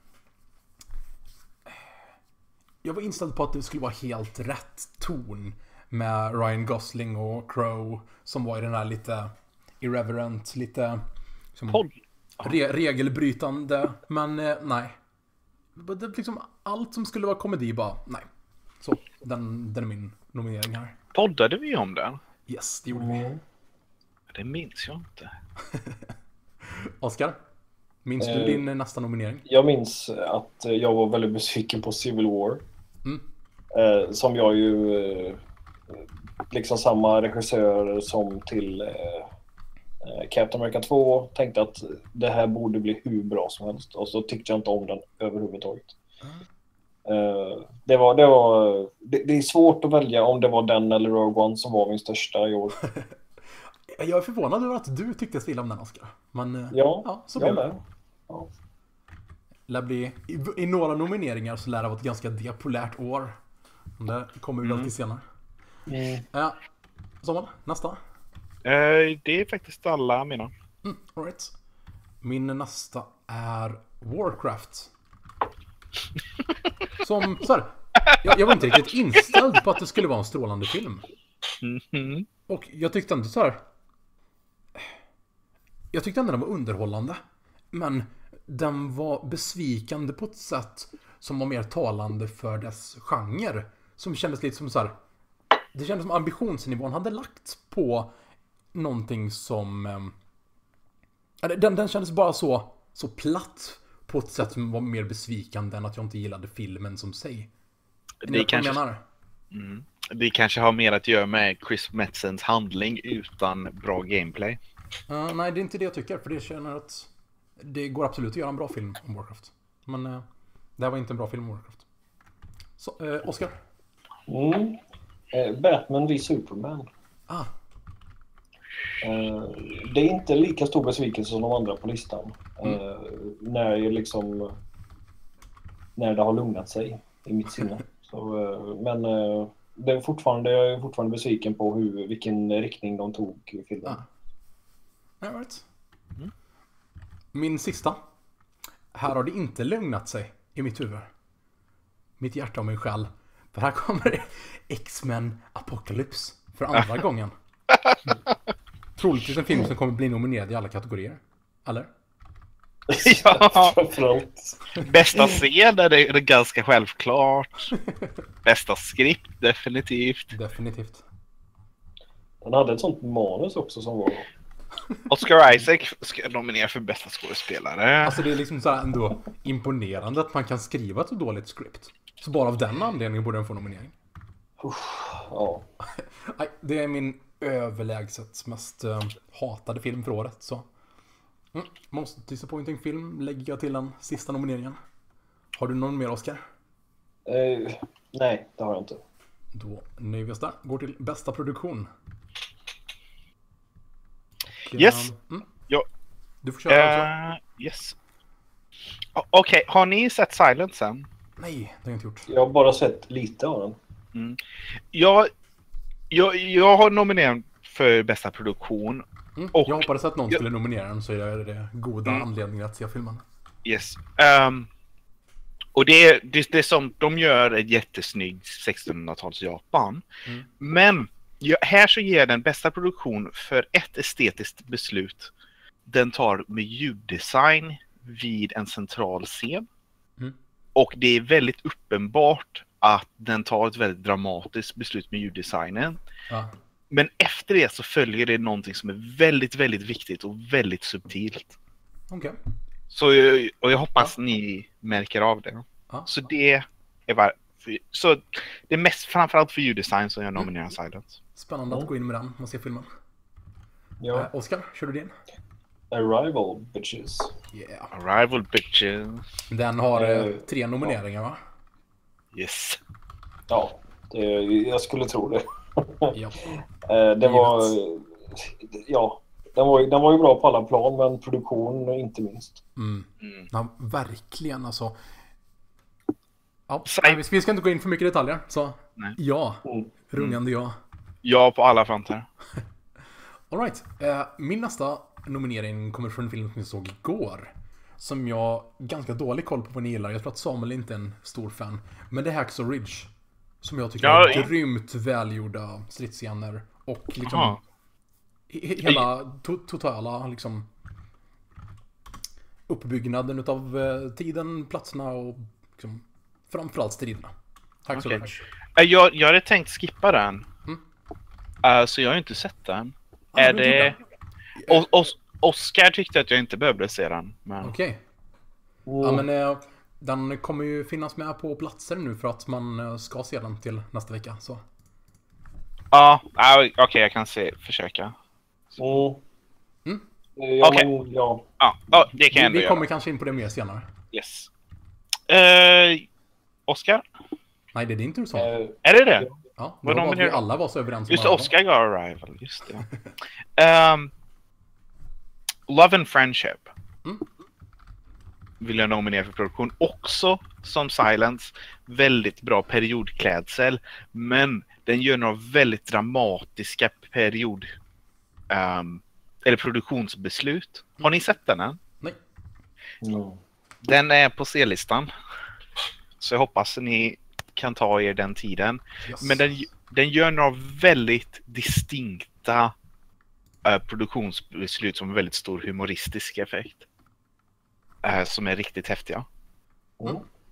Jag var inställd på att det skulle vara helt rätt ton med Ryan Gosling och Crow, som var i den här lite irreverent, lite som Podd. re- regelbrytande, men eh, nej. Det är liksom allt som skulle vara komedi bara, nej. Så, den, den är min nominering här. Poddade vi om den? Yes, det gjorde vi. Mm. Det minns jag inte. Oscar, minns du Eh. din nästa nominering? Jag minns att eh, jag var väldigt besviken på Civil War. Mm. Eh, som jag ju, eh, liksom samma regissör som till eh, eh, Captain America två, tänkte att det här borde bli hur bra som helst. Och så tyckte jag inte om den överhuvudtaget. Eh, det, var, det, var, det, det är svårt att välja om det var den eller Rogue One som var min största i år. Jag är förvånad över att du tyckte så illa om den, Oscar. Men eh, Ja, ja, så jag blev det. med. Ja. Lär bli, i, I några nomineringar så lär det vara ett ganska depolärt år. Men det kommer vi väl till senare. Mm. Ja, Samuel, nästa. Eh, det är faktiskt alla mina. Mm, all right. Min nästa är Warcraft. Som, så här, jag, jag var inte riktigt inställd på att det skulle vara en strålande film. Mm-hmm. Och jag tyckte ändå så här. Jag tyckte ändå den var underhållande. Men den var besvikande på ett sätt som var mer talande för dess genre. Som kändes lite som så här. Det kändes som ambitionsnivån hade lagt på någonting som... Eh, den, den kändes bara så, så platt på ett sätt som var mer besvikande än att jag inte gillade filmen som sig. Det kanske, mm, det kanske har mer att göra med Chris Metzens handling utan bra gameplay. Uh, nej, det är inte det jag tycker. För det känner att det går absolut att göra en bra film om Warcraft. Men uh, det här var inte en bra film om Warcraft. Så, uh, Oscar? Mm. Eh, Batman v Superman. Ah. Eh, det är inte lika stor besvikelse som de andra på listan. Mm. Eh, när, jag liksom, när det har lugnat sig i mitt sinne. Så, eh, men eh, det är fortfarande, jag är fortfarande besviken på hur, vilken riktning de tog i filmen. Ah. All right. Mm. Min sista. Här har det inte lugnat sig i mitt huvud. Mitt hjärta och min själ. För här kommer X-Men Apocalypse för andra gången. Troligtvis en film som kommer bli nominerad i alla kategorier. Eller? Ja, bästa scen är det, är det ganska självklart. Bästa skript, definitivt. Definitivt. Han hade ett sånt manus också som var... Oscar Isaac ska nominera för bästa skådespelare. Alltså det är liksom så här ändå imponerande att man kan skriva ett så dåligt script. Så bara av den anledningen borde den få nominering. Uff, ja. Det är min överlägset mest uh, hatade film för året. Så. Mm. Most disappointing film lägger jag till den sista nomineringen. Har du någon mer, Oscar? Eh, nej, det har jag inte. Då nöjer vi oss där. Går till bästa produktion. Och, yes. Mm. Ja. Du får köra uh, också. Yes. Okej, okay. Har ni sett Silence än? Nej, det har jag inte gjort. Jag har bara sett lite av den. Mm. Jag, jag, jag har nominerat för bästa produktion. Mm. Och jag hoppades att någon jag, skulle nominera den, så är det goda mm. anledningar att se filmen. Yes. Um, och det, det, det som de gör är jättesnygg sextonhundratals Japan. Mm. Men ja, här så ger den bästa produktion för ett estetiskt beslut. Den tar med ljuddesign vid en central scen. Mm. Och det är väldigt uppenbart att den tar ett väldigt dramatiskt beslut med ljuddesignen. Ja. Men efter det så följer det någonting som är väldigt, väldigt viktigt och väldigt subtilt. Okej. Okay. Så, och jag hoppas ja. ni märker av det. Ja. Så det är bara... Så det är mest framförallt för ljuddesign som jag nominerar mm. Silence. Spännande att gå in med den och se filmen. Ja. Äh, Oscar, kör du din? Arrival Bitches. Yeah. Arrival Bitches. Den har uh, tre nomineringar, va? Yes. Ja, det, jag skulle tro det. Ja. det var... Ja, den var, den var ju bra på alla plan, men produktion inte minst. Mm. Mm. Ja, verkligen alltså. Ja, nej, vi ska inte gå in för mycket detaljer, så nej. Ja, mm. rungande ja. Ja, på alla fronter. All right. Eh, min nästa nominering kommer från en film som jag såg igår. Som jag ganska dålig koll på vad ni gillar. Jag tror att Samuel inte är en stor fan. Men det är Hacksaw Ridge. Som jag tycker ja, är ja. grymt välgjorda stridsscener. Och liksom Aha. hela to- totala liksom uppbyggnaden utav eh, tiden, platserna och liksom, framförallt striderna. Tack så mycket. Okay. Jag, jag hade tänkt skippa den. Mm. Uh, så jag har inte sett den. Ah, är det... O- o- Oscar tyckte att jag inte behövde se den. Men... Okej. Okay. Oh. Ja, men eh, den kommer ju finnas med på platser nu för att man eh, ska se den till nästa vecka. Så. Ja, uh, okej, okay, jag kan se, försöka. Mm. Mm? Ja, okej. Okay. Ja. Ja, oh, det kan jag Vi, vi kommer göra. kanske in på det mer senare. Yes. Uh, Oscar? Nej, det är din tur så. Uh, är det det? Ja, det var vi alla var så överens om. Just Oscar gav Arrival, just det. um, Love and Friendship. Mm. Vill jag nominera för produktion. Också som Silence. Väldigt bra periodklädsel. Men den gör några väldigt dramatiska period... Um, eller produktionsbeslut. Har ni sett den än? Nej. Mm. Den är på C-listan. Så jag hoppas ni kan ta er den tiden. Yes. Men den, den gör några väldigt distinkta uh, produktionsbeslut som en väldigt stor humoristisk effekt. Uh, som är riktigt häftiga. Mm.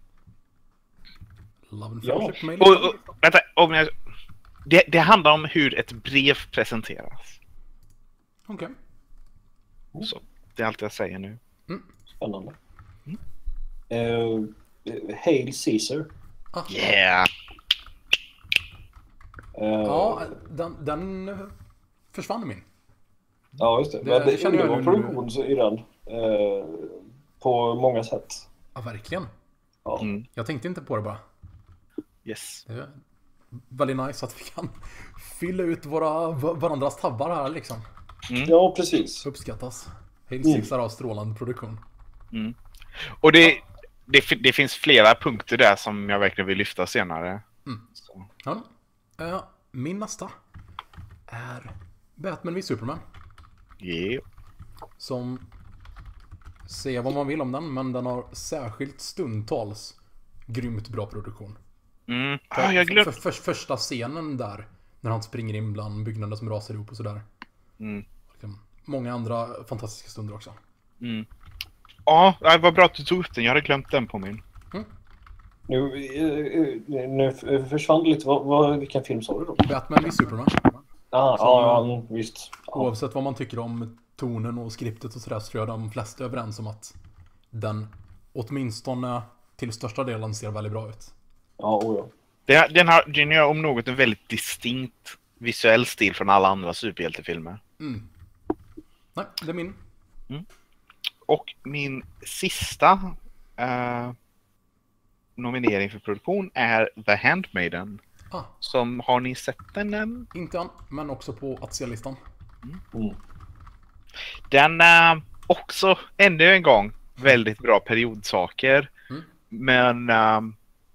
Love and Ja. friendship på mig. Och, och, vänta, om jag, det, det handlar om hur ett brev presenteras. Okej. Så det är allt jag säger nu. Spännande. Mm. Uh, Hail Caesar. Ah. Yeah! Uh, Ja, den, den eh, försvann i min. ja, just det. det- Men det det känner jag underbar nu. produktion så i den. Uh, på många sätt. Ja, verkligen. Ja. Mm. Jag tänkte inte på det bara. Yes. Det är väldigt nice att vi kan fylla ut våra, varandras tabbar här liksom. ja, precis. Uppskattas. Hail Mm. Caesar av strålande produktion. Mm. Och det, det, fi- det finns flera punkter där som jag verkligen vill lyfta senare. Mm. Så. Ja. Eh, min nästa är Batman v Superman. Yeah. Som, säga vad man vill om den, men den har särskilt stundtals grymt bra produktion. Mm. Ah, jag glömde. För, för, första scenen där, när han springer in bland byggnader som rasar ihop och sådär. Mm. Liksom, många andra fantastiska stunder också. Mm. Ja, det var bra att du tog upp den. Jag hade glömt den på min. Nu, eh, nu försvann det lite. Vad, vad, vilken film sa du då? Batman v Superman. Ah, Som- ja, ja, visst. Ja. Oavsett vad man tycker om tonen och skriptet och sådär, så tror jag de flesta är överens om att den åtminstone till största delen ser väldigt bra ut. Ja, oh, ja. Den, den har den gör om något en väldigt distinkt visuell stil från alla andra superhjältefilmer. Mm. Nej, det är min. Och min sista eh, nominering för produktion är The Handmaiden. Ah, Som, har ni sett den än? inte än, men också på att se-listan. Mm. Den är också, ännu en gång, väldigt bra periodsaker. Mm. Men ehm,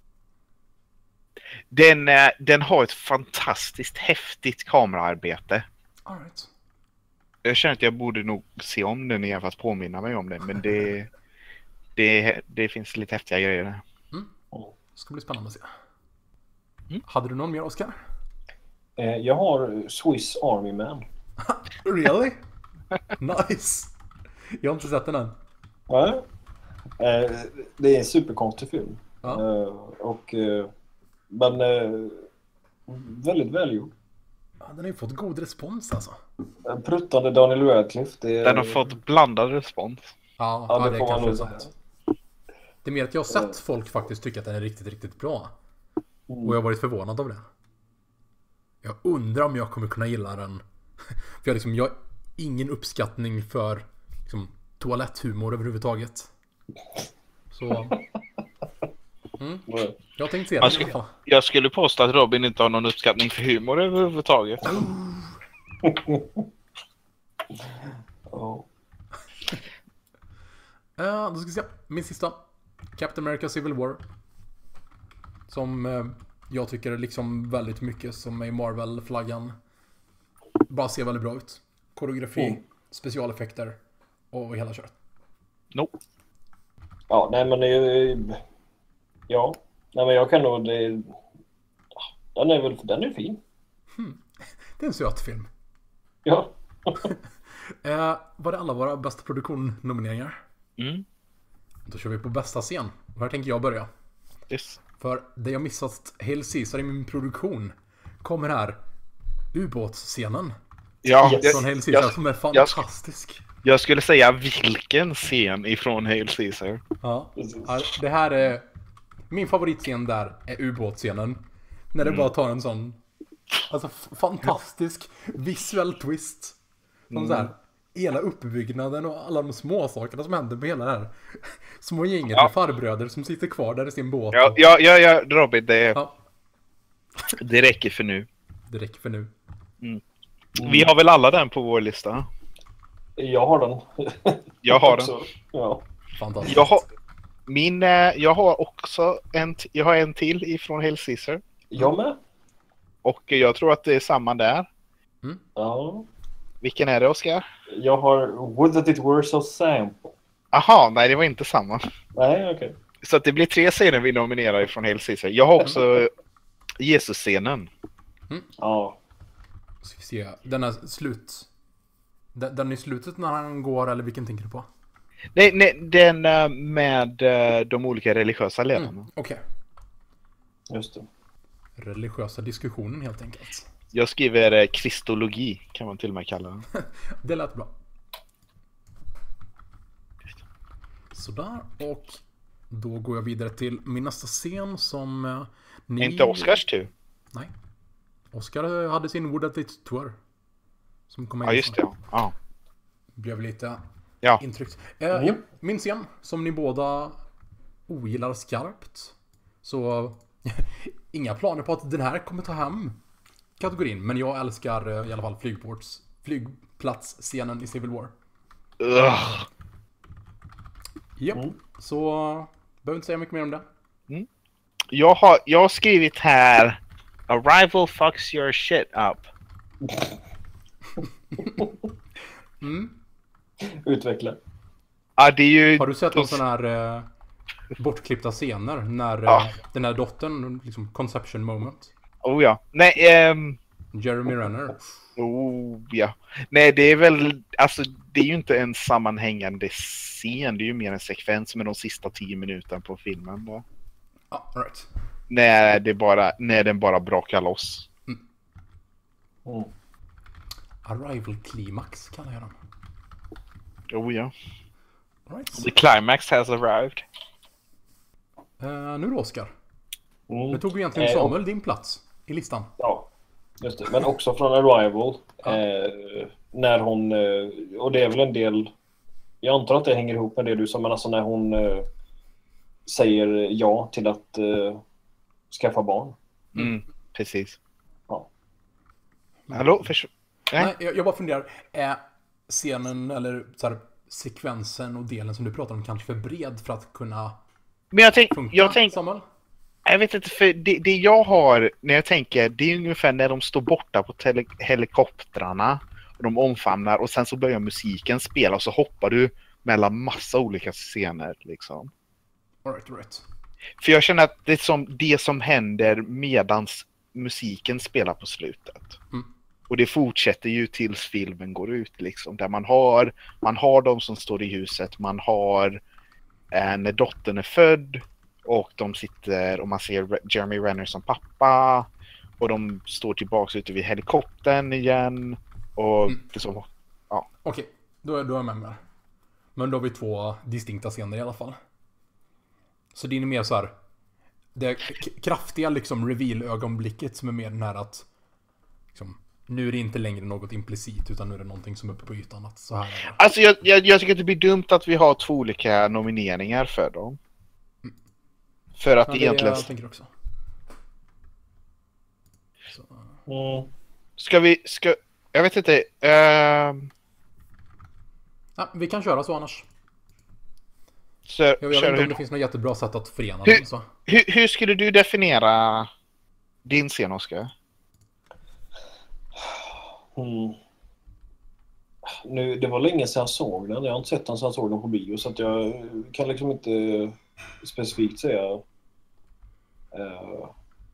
den, eh, den har ett fantastiskt häftigt kameraarbete. All right. Jag känner att jag borde nog se om den igen för att påminna mig om det. Men det, det, det finns lite häftiga grejer där. Det ska bli spännande att se. Mm. Hade du någon mer, Oscar? Eh, jag har Swiss Army Man. Really? Nice. Jag har inte sett den än. Nej. Eh, det är en superkonstig film. Ja. Eh, och, eh, men eh, väldigt välgjord. Ja, den har ju fått god respons alltså. En pruttande Daniel Radcliffe. Det, är- Den har fått blandad respons. Ja, Ja, ja, det det får man kanske är nog sant. säga. Det är mer att jag har sett folk faktiskt tycka att den är riktigt, riktigt bra. Mm. Och jag har varit förvånad av det. Jag undrar om jag kommer kunna gilla den. För jag, liksom, jag har ingen uppskattning för liksom, toaletthumor överhuvudtaget. Så... Mm, Nej. jag har tänkt se den Jag i alla skulle, fall. jag skulle påstå att Robin inte har någon uppskattning för humor överhuvudtaget. Ja. Uh, då ska vi se. Min sista. Captain America Civil War. Som eh, jag tycker är liksom väldigt mycket som är i Marvel-flaggan. Bara ser väldigt bra ut. Koreografi, Mm. specialeffekter och hela köret. Nope. Ja, nej men det är- ja, nej men jag kan nog det, den är väl den är fin. Det är en söt film. Ja. Eh, var det alla våra bästa produktion-nomineringar? Mm. Då kör vi på bästa scen. Och här tänker jag börja. Yes. För det jag missat Hail Caesar i min produktion kommer här. Ubåtsscenen Ja, Yes. från Hail jag, Caesar jag, som är fantastisk. jag skulle säga vilken scen ifrån Hail Caesar. Ja. Precis. Ja, det här är... Min favoritscen där är ubåtsscenen. När det bara tar en sån... Alltså f- fantastisk visuell twist. Som så här... Hela uppbyggnaden och alla de små sakerna som händer med hela det här små gänget Ja. med farbröder som sitter kvar där i sin båt. Ja, ja, ja, ja Robin, det, Ja, det räcker för nu. det räcker för nu. Vi har väl alla den på vår lista? Jag har den. Jag har den. Också. Ja. Fantastiskt. Jag har, min, eh, jag har också en, t- jag har en till ifrån Hail Caesar. Jag med. Och jag tror att det är samma där. Ja. Vilken är det, Oskar? Jag har Would That It Were So Simple. Aha, nej det var inte samma. Nej, okej. Så att det blir tre scener vi nominerar från Hail Caesar. Jag har också Jesus-scenen. Mm. Ja. Ska vi se. Den är slut. Den, den är i slutet när han går, eller vilken tänker du på? Nej, nej den uh, med uh, de olika religiösa ledarna. Mm. Okej. Okay. Just det. Religiösa diskussionen helt enkelt. Jag skriver uh, kristologi, kan man till och med kalla den. Det lät bra. Sådär, och då går jag vidare till min nästa scen som uh, ni... Inte Oscars tur. Nej. Oscar hade sin Wood at It Tour. Som kom Ja, just det. Ja. Blev lite ja. intryckt. Uh, mm. Ja, min scen som ni båda ogillar skarpt. Så inga planer på att den här kommer ta hem kategorin. Men jag älskar uh, i alla fall flygports, flygplatsscenen i Civil War. Ugh. Japp, mm. så behöver inte säga mycket mer om det. Mm. Jag, har, jag har skrivit här Arrival fucks your shit up. mm. Utveckla. Ja, det är ju... Har du sett någon sån här uh, bortklippta scener när uh, ja. den här dottern, liksom conception moment? Oh ja. Nej, um... Jeremy Renner. Oh ja. Nej, det är väl, alltså det är ju inte en sammanhängande scen, det är ju mer en sekvens med de sista tio minuterna på filmen då. Ah, right. När det bara, när den bara brakar loss. Mm. Mm. Arrival climax kallar jag den. Oh ja. Right. The climax has arrived. Uh, nu då, Oscar. Mm. Nu tog vi egentligen eh, Samuel och... din plats i listan. Ja, just det. Men också från Arrival. Ja. Eh, när hon, eh, och det är väl en del, jag antar att det hänger ihop med det du sa, men alltså när hon eh, säger ja till att eh, skaffa barn. Mm, precis. Ja. Hallå, förs- Nej, Nej jag, jag bara funderar, är scenen eller så här, sekvensen och delen som du pratar om kanske för bred för att kunna men jag tänk, funka, jag tänk, Samuel? Jag vet inte, för det, det jag har när jag tänker, det är ungefär när de står borta på tele, helikoptrarna och de omfamnar och sen så börjar musiken spela och så hoppar du mellan massa olika scener liksom. All right, all right. För jag känner att det är som det som händer medans musiken spelar på slutet. Mm. Och det fortsätter ju tills filmen går ut liksom, där man har man har de som står i huset, man har eh, när dottern är född. Och de sitter och man ser Jeremy Renner som pappa. Och de står tillbaka ute vid helikoptern igen. Och mm. det så, ja. Okej, då är, då är jag med mig. Men då har vi två distinkta scener i alla fall. Så det är mer så här. Det k- kraftiga liksom reveal-ögonblicket som är mer den här att liksom, nu är det inte längre något implicit utan nu är det någonting som är uppe på ytan. Att så här är det. Alltså jag, jag, jag tycker att det blir dumt att vi har två olika nomineringar för dem. För att ja, det egentligen... jag tänker också. Så. Mm. Ska vi... Ska... Jag vet inte. Uh... Ja, vi kan köra så annars. Så, jag vet inte om hur... det finns något jättebra sätt att förena hur, dem. Så. Hur, hur skulle du definiera din scen, Oscar? Mm. Nu, det var länge sedan jag såg den. Jag har inte sett den sedan jag såg den på bio. Så att jag kan liksom inte specifikt säga uh,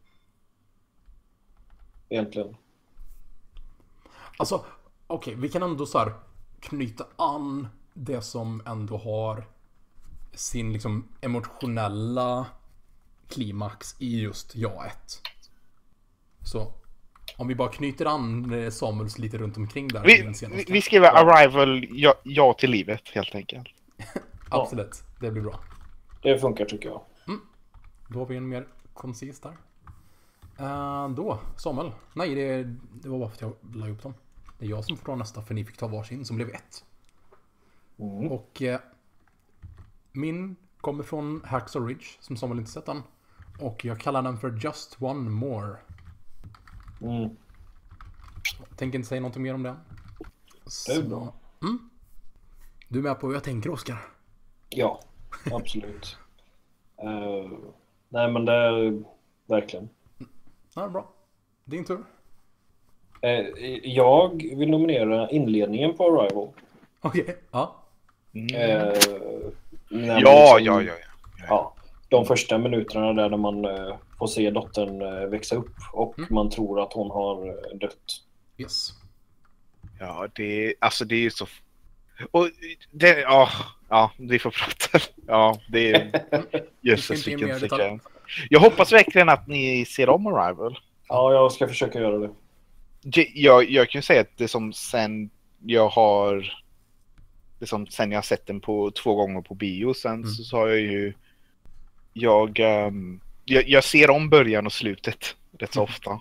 egentligen. Alltså, okej, okay, vi kan ändå så här knyta an det som ändå har sin liksom emotionella klimax i just ja ett. Så om vi bara knyter an Samuels lite runt omkring där. Vi, vi, vi skriver Arrival ja, ja till livet helt enkelt. Absolut, det blir bra. Det funkar tycker jag. Mm. Då har vi en mer koncis där. Uh, då, Samuel. Nej, det, det var bara för att jag la upp dem. Det är jag som får ta nästa för ni fick ta varsin som blev ett. Mm. Och uh, min kommer från Hacksaw Ridge som Samuel inte sett den. Och jag kallar den för Just One More. Mm. Tänker inte säga någonting mer om det. Det är bra. Mm. Du är med på vad jag tänker, Oscar? Ja, absolut. uh, nej men det är verkligen. Ja, bra. Din tur. Uh, jag vill nominera inledningen på Arrival. Okej, okay. Ja. Mm. Uh, ja, liksom, ja, ja, ja. Ja. de första minuterna där när man uh, får se dottern uh, växa upp och Mm. man tror att hon har uh, dött. Yes. Ja, det, alltså det är ju så... Och det, ja, ja, vi får prata. Ja, det är... Jösses, inte ge mer vilken detalj. sekvens. Jag hoppas verkligen att ni ser om Arrival. Ja, jag ska försöka göra det. Det- Jag, jag kan ju säga att det som sen jag har... Det som sen jag har sett den på två gånger på bio, sen Mm. så, så har jag ju... Jag, ehm, jag, jag ser om början och slutet rätt så ofta.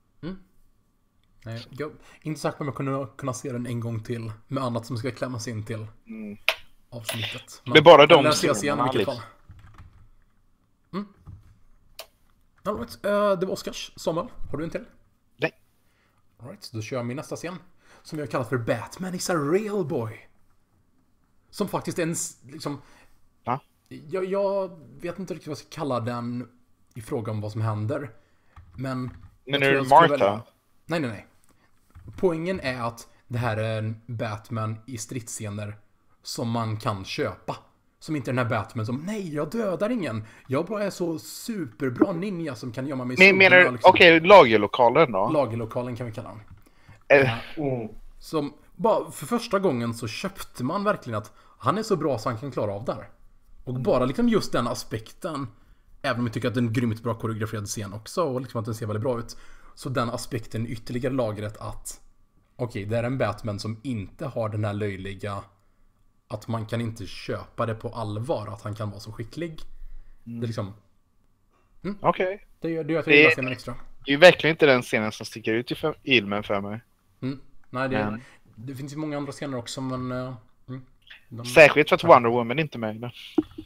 Nej, jag är inte säker på om jag kunde kunna se den en gång till med annat som ska klämmas in till Mm. avsnittet. Det är bara de den lär ses igen i scenerna, vilket liksom. fall. Mm. All right. uh, det var Oscars. Samuel, har du en till? Nej. All right, då kör jag min nästa scen. Som jag kallar för Batman is a real boy. Som faktiskt är en s- liksom... Va? Jag, jag vet inte riktigt vad jag ska kalla den i fråga om vad som händer. Men... jag Men tror är jag det skulle Martha? välja- Nej, nej, nej. Poängen är att det här är en Batman i stridsscener som man kan köpa. Som inte är den här Batman som, nej, jag dödar ingen. Jag bara är så superbra ninja som kan gömma mig i Men, skuggorna, menar du, liksom. okej, lagerlokalen då? Lagerlokalen kan vi kalla den. Eh, Mm. Som, bara för första gången så köpte man verkligen att han är så bra så han kan klara av det här. Och bara liksom just den aspekten, även om jag tycker att det är en grymt bra koreograferad scen också och liksom att den ser väldigt bra ut. Så den aspekten ytterligare lagret att okej, det är en Batman som inte har den här löjliga att man kan inte köpa det på allvar att han kan vara så skicklig. Det är liksom, Okej. det gör, det gör att jag Det- gillar scenen extra. Det är ju verkligen inte den scenen som sticker ut i för- filmen för mig. Mm. Nej, det, Men- det finns ju många andra scener också men... eh, mm, de- Särskilt för att Wonder Woman inte är med i den.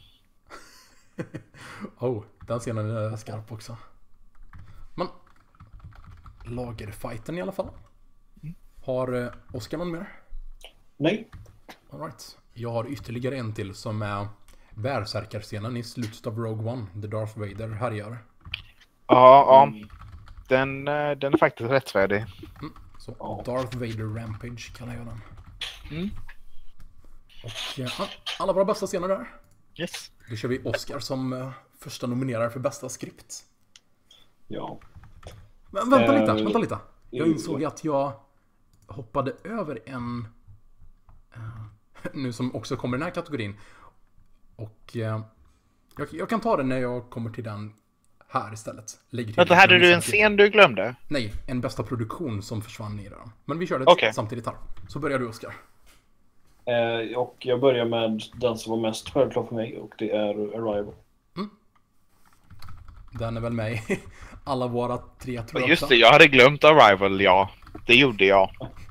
Oh, den scenen är skarp också. Men lagerfighten i alla fall. Har eh, Oscar någon mer? Nej. All right. Jag har ytterligare en till som är bärsärkarscenen i slutet av Rogue One. The Darth Vader härjar. Ja, ja. Den, eh, den är faktiskt rättfärdig. Så Ja. Darth Vader Rampage kallar jag den. Mm. Och eh, ja, alla våra bästa scener där. Yes. Då kör vi Oscar som eh, första nominerare för bästa skript. Ja. Men vänta Eh, lite, vänta lite. Jag jo. insåg att jag hoppade över en eh, nu som också kommer i den här kategorin. Och eh, jag, jag kan ta den när jag kommer till den här istället. Lägger till Vänta, hade den du en samtidigt. scen du glömde? Nej, en bästa produktion som försvann i den. Men vi kör det Okej. samtidigt här. Så börjar du, Oscar. Eh, och jag börjar med den som var mest självklar för mig och det är Arrival. Den är väl med i alla våra tre, tror jag Just också. det, jag hade glömt Arrival, ja. Det gjorde jag.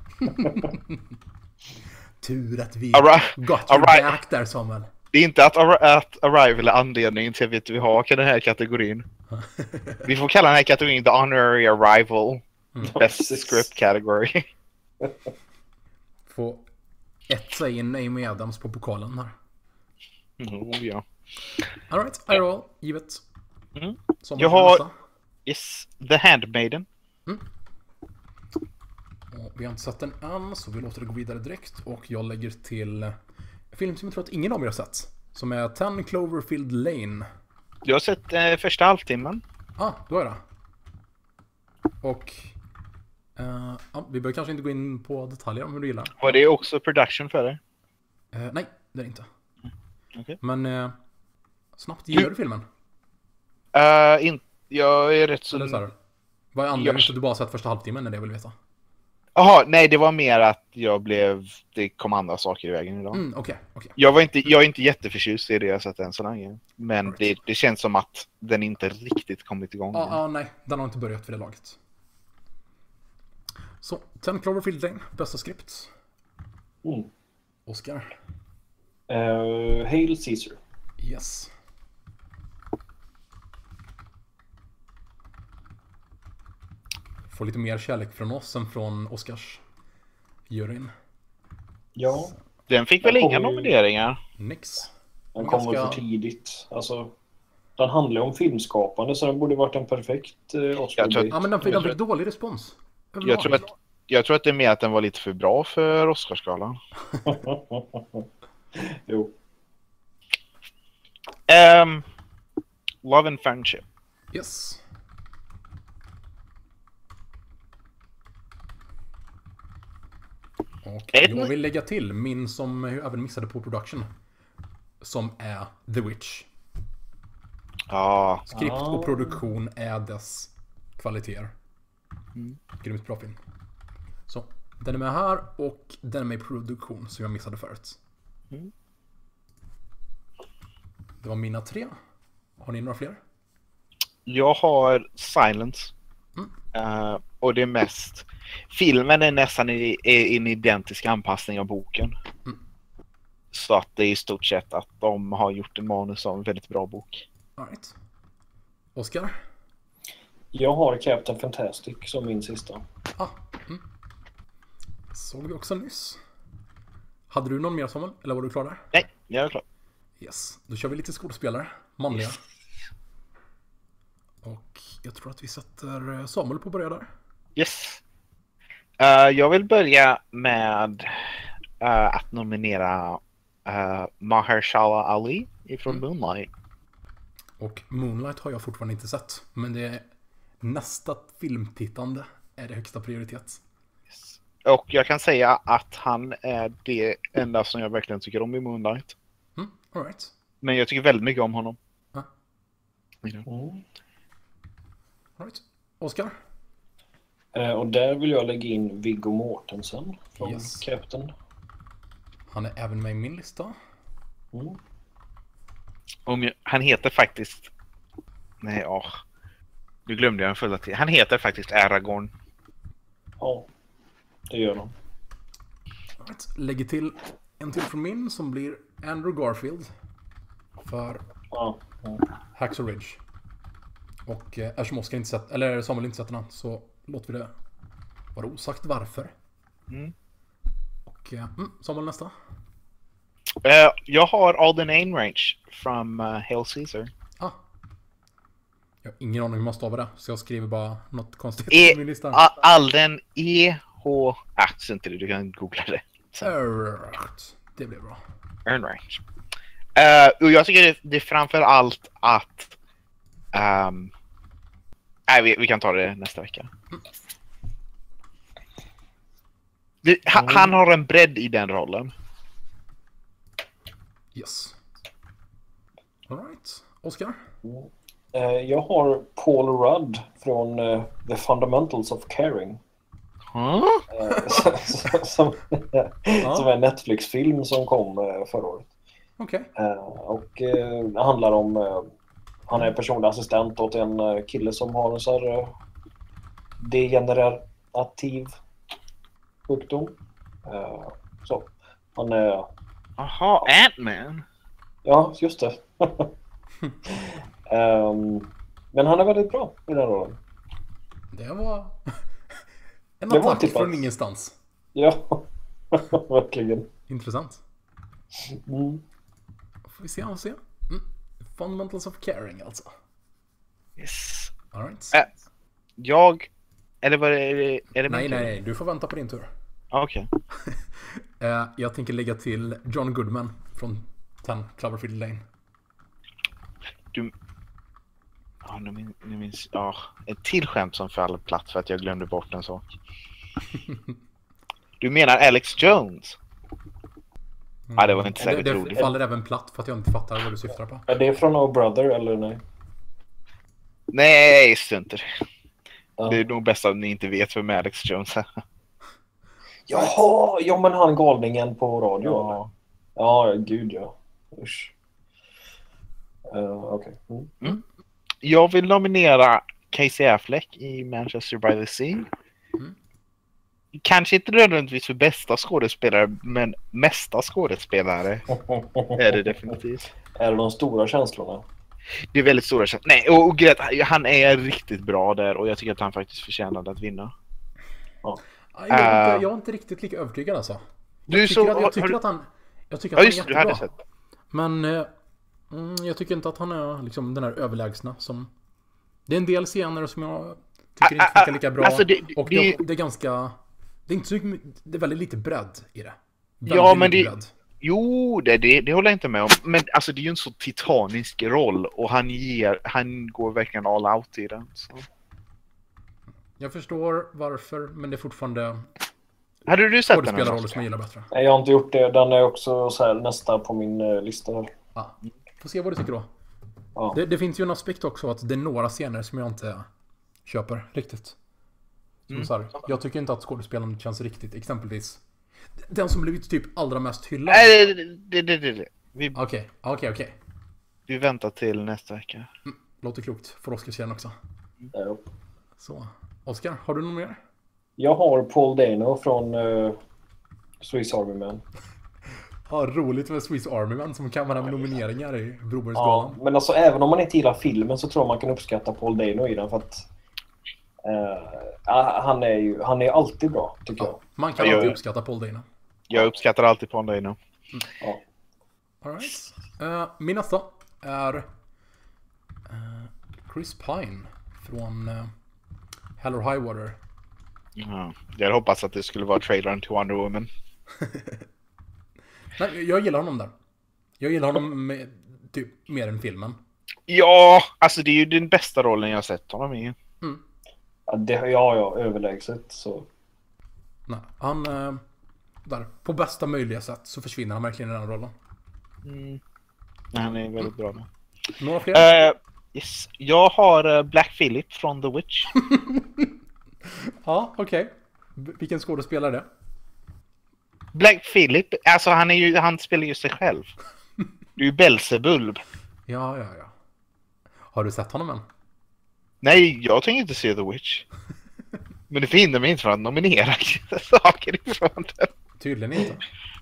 Tur att vi Arri- got your Arri- back där, Samuel. Det är inte att, Arri- att Arrival är anledningen till att vi har den här kategorin. Vi får kalla den här kategorin The Honorary Arrival. Best Precis. Script Category. Få etsa in Amy Adams på pokalen här. Oh, ja. Alright, Arrival, givet. Mm. Som Jag har- Yes, The Handmaiden. Och vi har inte sett den än, så vi låter det gå vidare direkt. Och jag lägger till en film som jag tror att ingen av er har sett. Som är ten Cloverfield Lane. Jag har sett eh, första halvtimmen. Ah, då är det. Och... eh, ja, vi behöver kanske inte gå in på detaljer om hur du gillar. Var det också production för det? Eh, nej, det är det inte. Okej. Men... Eh, snabbt, gillar du filmen? Uh, in, jag är rätt så... Eller så här, vad är anledningen Jag- till att du bara sett första halvtimmen, är det jag vill veta? Jaha, nej det var mer att jag blev... Det kom andra saker i vägen idag. Mm, okej, okej. Jag, var inte, jag är inte jätteförtjust i det jag sett än så länge. Men Right. det, det känns som att den inte riktigt kommit igång. Ja, än. ah, nej, den har inte börjat för det laget. Så, ten Cloverfield Lane, bästa skript. Mm. Oscar. Eh, Hail Caesar. Yes. Får lite mer kärlek från oss än från Oscars juryn. Ja, Den fick väl Den inga kommer ju- nomineringar? Nix. den Men kom väl ganska- för tidigt. Alltså, den handlar om filmskapande så den borde varit en perfekt eh, Oscar. Jag tror- Ja, men den fick, Jag den fick dålig respons. Jag Överlag. tror, att, jag tror att det är mer att den var lite för bra för Oscarsgalan. Jo. Ehm, Love and Friendship. Yes. Och Ett- jag vill lägga till min som jag även missade på production. Som är The Witch. Ja. Skript Ah. och produktion är dess kvaliteter. Grymt bra film. Så, den är med här och den är med i produktion som jag missade förut. Mm. Det var mina tre. Har ni några fler? Jag har Silence. Mm. Eh, och det är mest... Filmen är nästan i, är en identisk anpassning av boken. Mm. Så att det är i stort sett att de har gjort en manus av en väldigt bra bok. All right. Oscar? Jag har Captain Fantastic som min sista. Ah, mm. Såg vi också nyss. Hade du någon mer, Samuel? Eller var du klar där? Nej, jag är klar. Yes, då kör vi lite skådespelare. Manliga. Och jag tror att vi sätter Samuel på att börja där. Yes. Eh, jag vill börja med eh, att nominera uh, Mahershala Ali ifrån Mm. Moonlight. Och Moonlight har jag fortfarande inte sett. Men det är nästa filmtittande är det högsta prioritet. Och jag kan säga att han är det enda som jag verkligen tycker om i Moonlight. Mm, all right. Men jag tycker väldigt mycket om honom. Ja. Mm. All right. Oscar? Eh, och där vill jag lägga in Viggo Mortensen från Yes. Captain. Han är även med i min lista. Mm. Om jag, han heter faktiskt... Nej, åh. Nu glömde jag en fulla till. Han heter faktiskt Aragorn. Ja, det gör de. All right. Lägger till en till från min som blir Andrew Garfield. För Ja. Ja. Hacksaw Ridge. Och eh, eftersom Oscar inte sett, eller Samuel inte sett den så låter vi det vara osagt varför. Mm. Och eh, mm, Samuel nästa. Eh, jag har Alden Ehrenreich från uh, Hail Caesar. Ah. Jag har ingen aning hur man stavar det, så jag skriver bara något konstigt E- på min lista. A- Alden E H... Ah, så inte det, du kan googla det. Alright. Det blir bra. Ehrenreich. Uh, och jag tycker det, det är framför allt att... Um, nej, vi, vi kan ta det nästa vecka. Det, ha, han har en bredd i den rollen. Yes. Alright. Oscar? Eh, jag har Paul Rudd från eh, The Fundamentals of Caring. Huh? Eh, som, som, som är en Netflix-film som kom eh, förra året. Okej. Eh, och eh, det handlar om... Eh, han är personlig assistent åt en eh, kille som har en så här eh, degenerativ sjukdom. Eh, så. Han är... Jaha, Ant-Man. Ja, just det. um, men han är väldigt bra i den rollen. Det var en Det var attack tippat. från ingenstans. Ja, verkligen. Intressant. Mm. Får vi se, får vi se. Mm. Fundamentals of Caring alltså. Yes. Alright. Äh, jag... Eller vad är det? Är det nej, min nej, tur? nej. Du får vänta på din tur. Ah, Okej. Eh, jag tänker lägga till John Goodman från tio Cloverfield Lane. Du... Ja, nu, min, nu minns... Ja, ett till skämt som faller platt för att jag glömde bort en sak. Du menar Alex Jones? Mm. Ja, det var inte det, särskilt det roligt. faller även platt för att jag inte fattar vad du syftar på. Är det från Oh Brother eller nej? Nej, stunter. Ja. Det är nog bäst att ni inte vet vem Alex Jones är. Jaha, ja men han galningen på radio. Ja. Ja, gud ja. Usch. Uh, Okej. Okay. Mm. Jag vill nominera Casey Affleck i Manchester by the Sea. Mm. Kanske inte nödvändigtvis för bästa skådespelare, men mesta skådespelare är det definitivt. Är det de stora känslorna? Det är väldigt stora känslor. Nej, och, och Gret, han är riktigt bra där och jag tycker att han faktiskt förtjänade att vinna. Ja. Jag är, inte, Uh, jag är inte riktigt lika övertygad alltså. Jag Du tycker, så, att, jag har tycker du- att han Jag tycker Ja, att just han det, är du hade jättebra. sett. Men eh, mm, jag tycker inte att han är liksom den här överlägsna som... Det är en del scener som jag tycker inte Ah, ah, funkar lika bra. alltså det- och det- det, det är ganska... Det är inte så mycket, det är väldigt lite bredd i det. Väldigt Ja, men lite det, bredd. Jo, det, det, det håller jag inte med om. Men alltså det är ju en så titanisk roll och han ger, han går verkligen all out i den. Så. Jag förstår varför, men det är fortfarande Hade du sett den? skådespelarroller som jag gillar bättre. Nej, jag har inte gjort det. Den är också så här nästa på min uh, lista. Här. Ja. Får se vad du tycker då. Ja. Det, det finns ju en aspekt också att det är några scener som jag inte köper riktigt. Som Mm. så här, jag tycker inte att skådespelaren känns riktigt. Exempelvis den som blivit typ allra mest hyllad. Nej, det, det, det, det, det. Vi, Okej, okej, okej. vi väntar till nästa vecka. Mm, låter klokt. Får Oscar se den också. Ja. Så. Oscar, har du något mer? Jag har Paul Dano från uh, Swiss Army Man. Ja, roligt med Swiss Army Man som kan vara med nomineringar i Ja, Brobergsgalan. men alltså även om man inte gillar filmen så tror jag man kan uppskatta Paul Dano i den för att uh, han är ju han är alltid bra tycker jag. Ja, man kan Ja, alltid jag- uppskatta Paul Dano. Jag uppskattar alltid på dig nu. Ja. All right. Uh, min nästa är uh, Chris Pine från uh, Hell or High Water. Ja, jag hoppas att det skulle vara trailern till Wonder Woman. Nej, jag gillar honom där. Jag gillar honom med, typ mer än filmen. Ja, alltså det är ju den bästa rollen jag har sett honom i. Ja, det, ja, ja, överlägset så. Nej, han uh, där på bästa möjliga sätt så försvinner han verkligen i den rollen. Mm. Han är väldigt bra med. Några fler? Uh, yes. Jag har uh, Black Phillip från The Witch. Ja, okej. B- Vilken skådespelare är det? Black Phillip, alltså han, är ju, han spelar ju sig själv. Det är ju Belzebub. Ja, ja, ja. Har du sett honom än? Nej, jag tänker inte se The Witch. Men det förhindrar mig inte från att nominera saker ifrån den. Tydligen inte.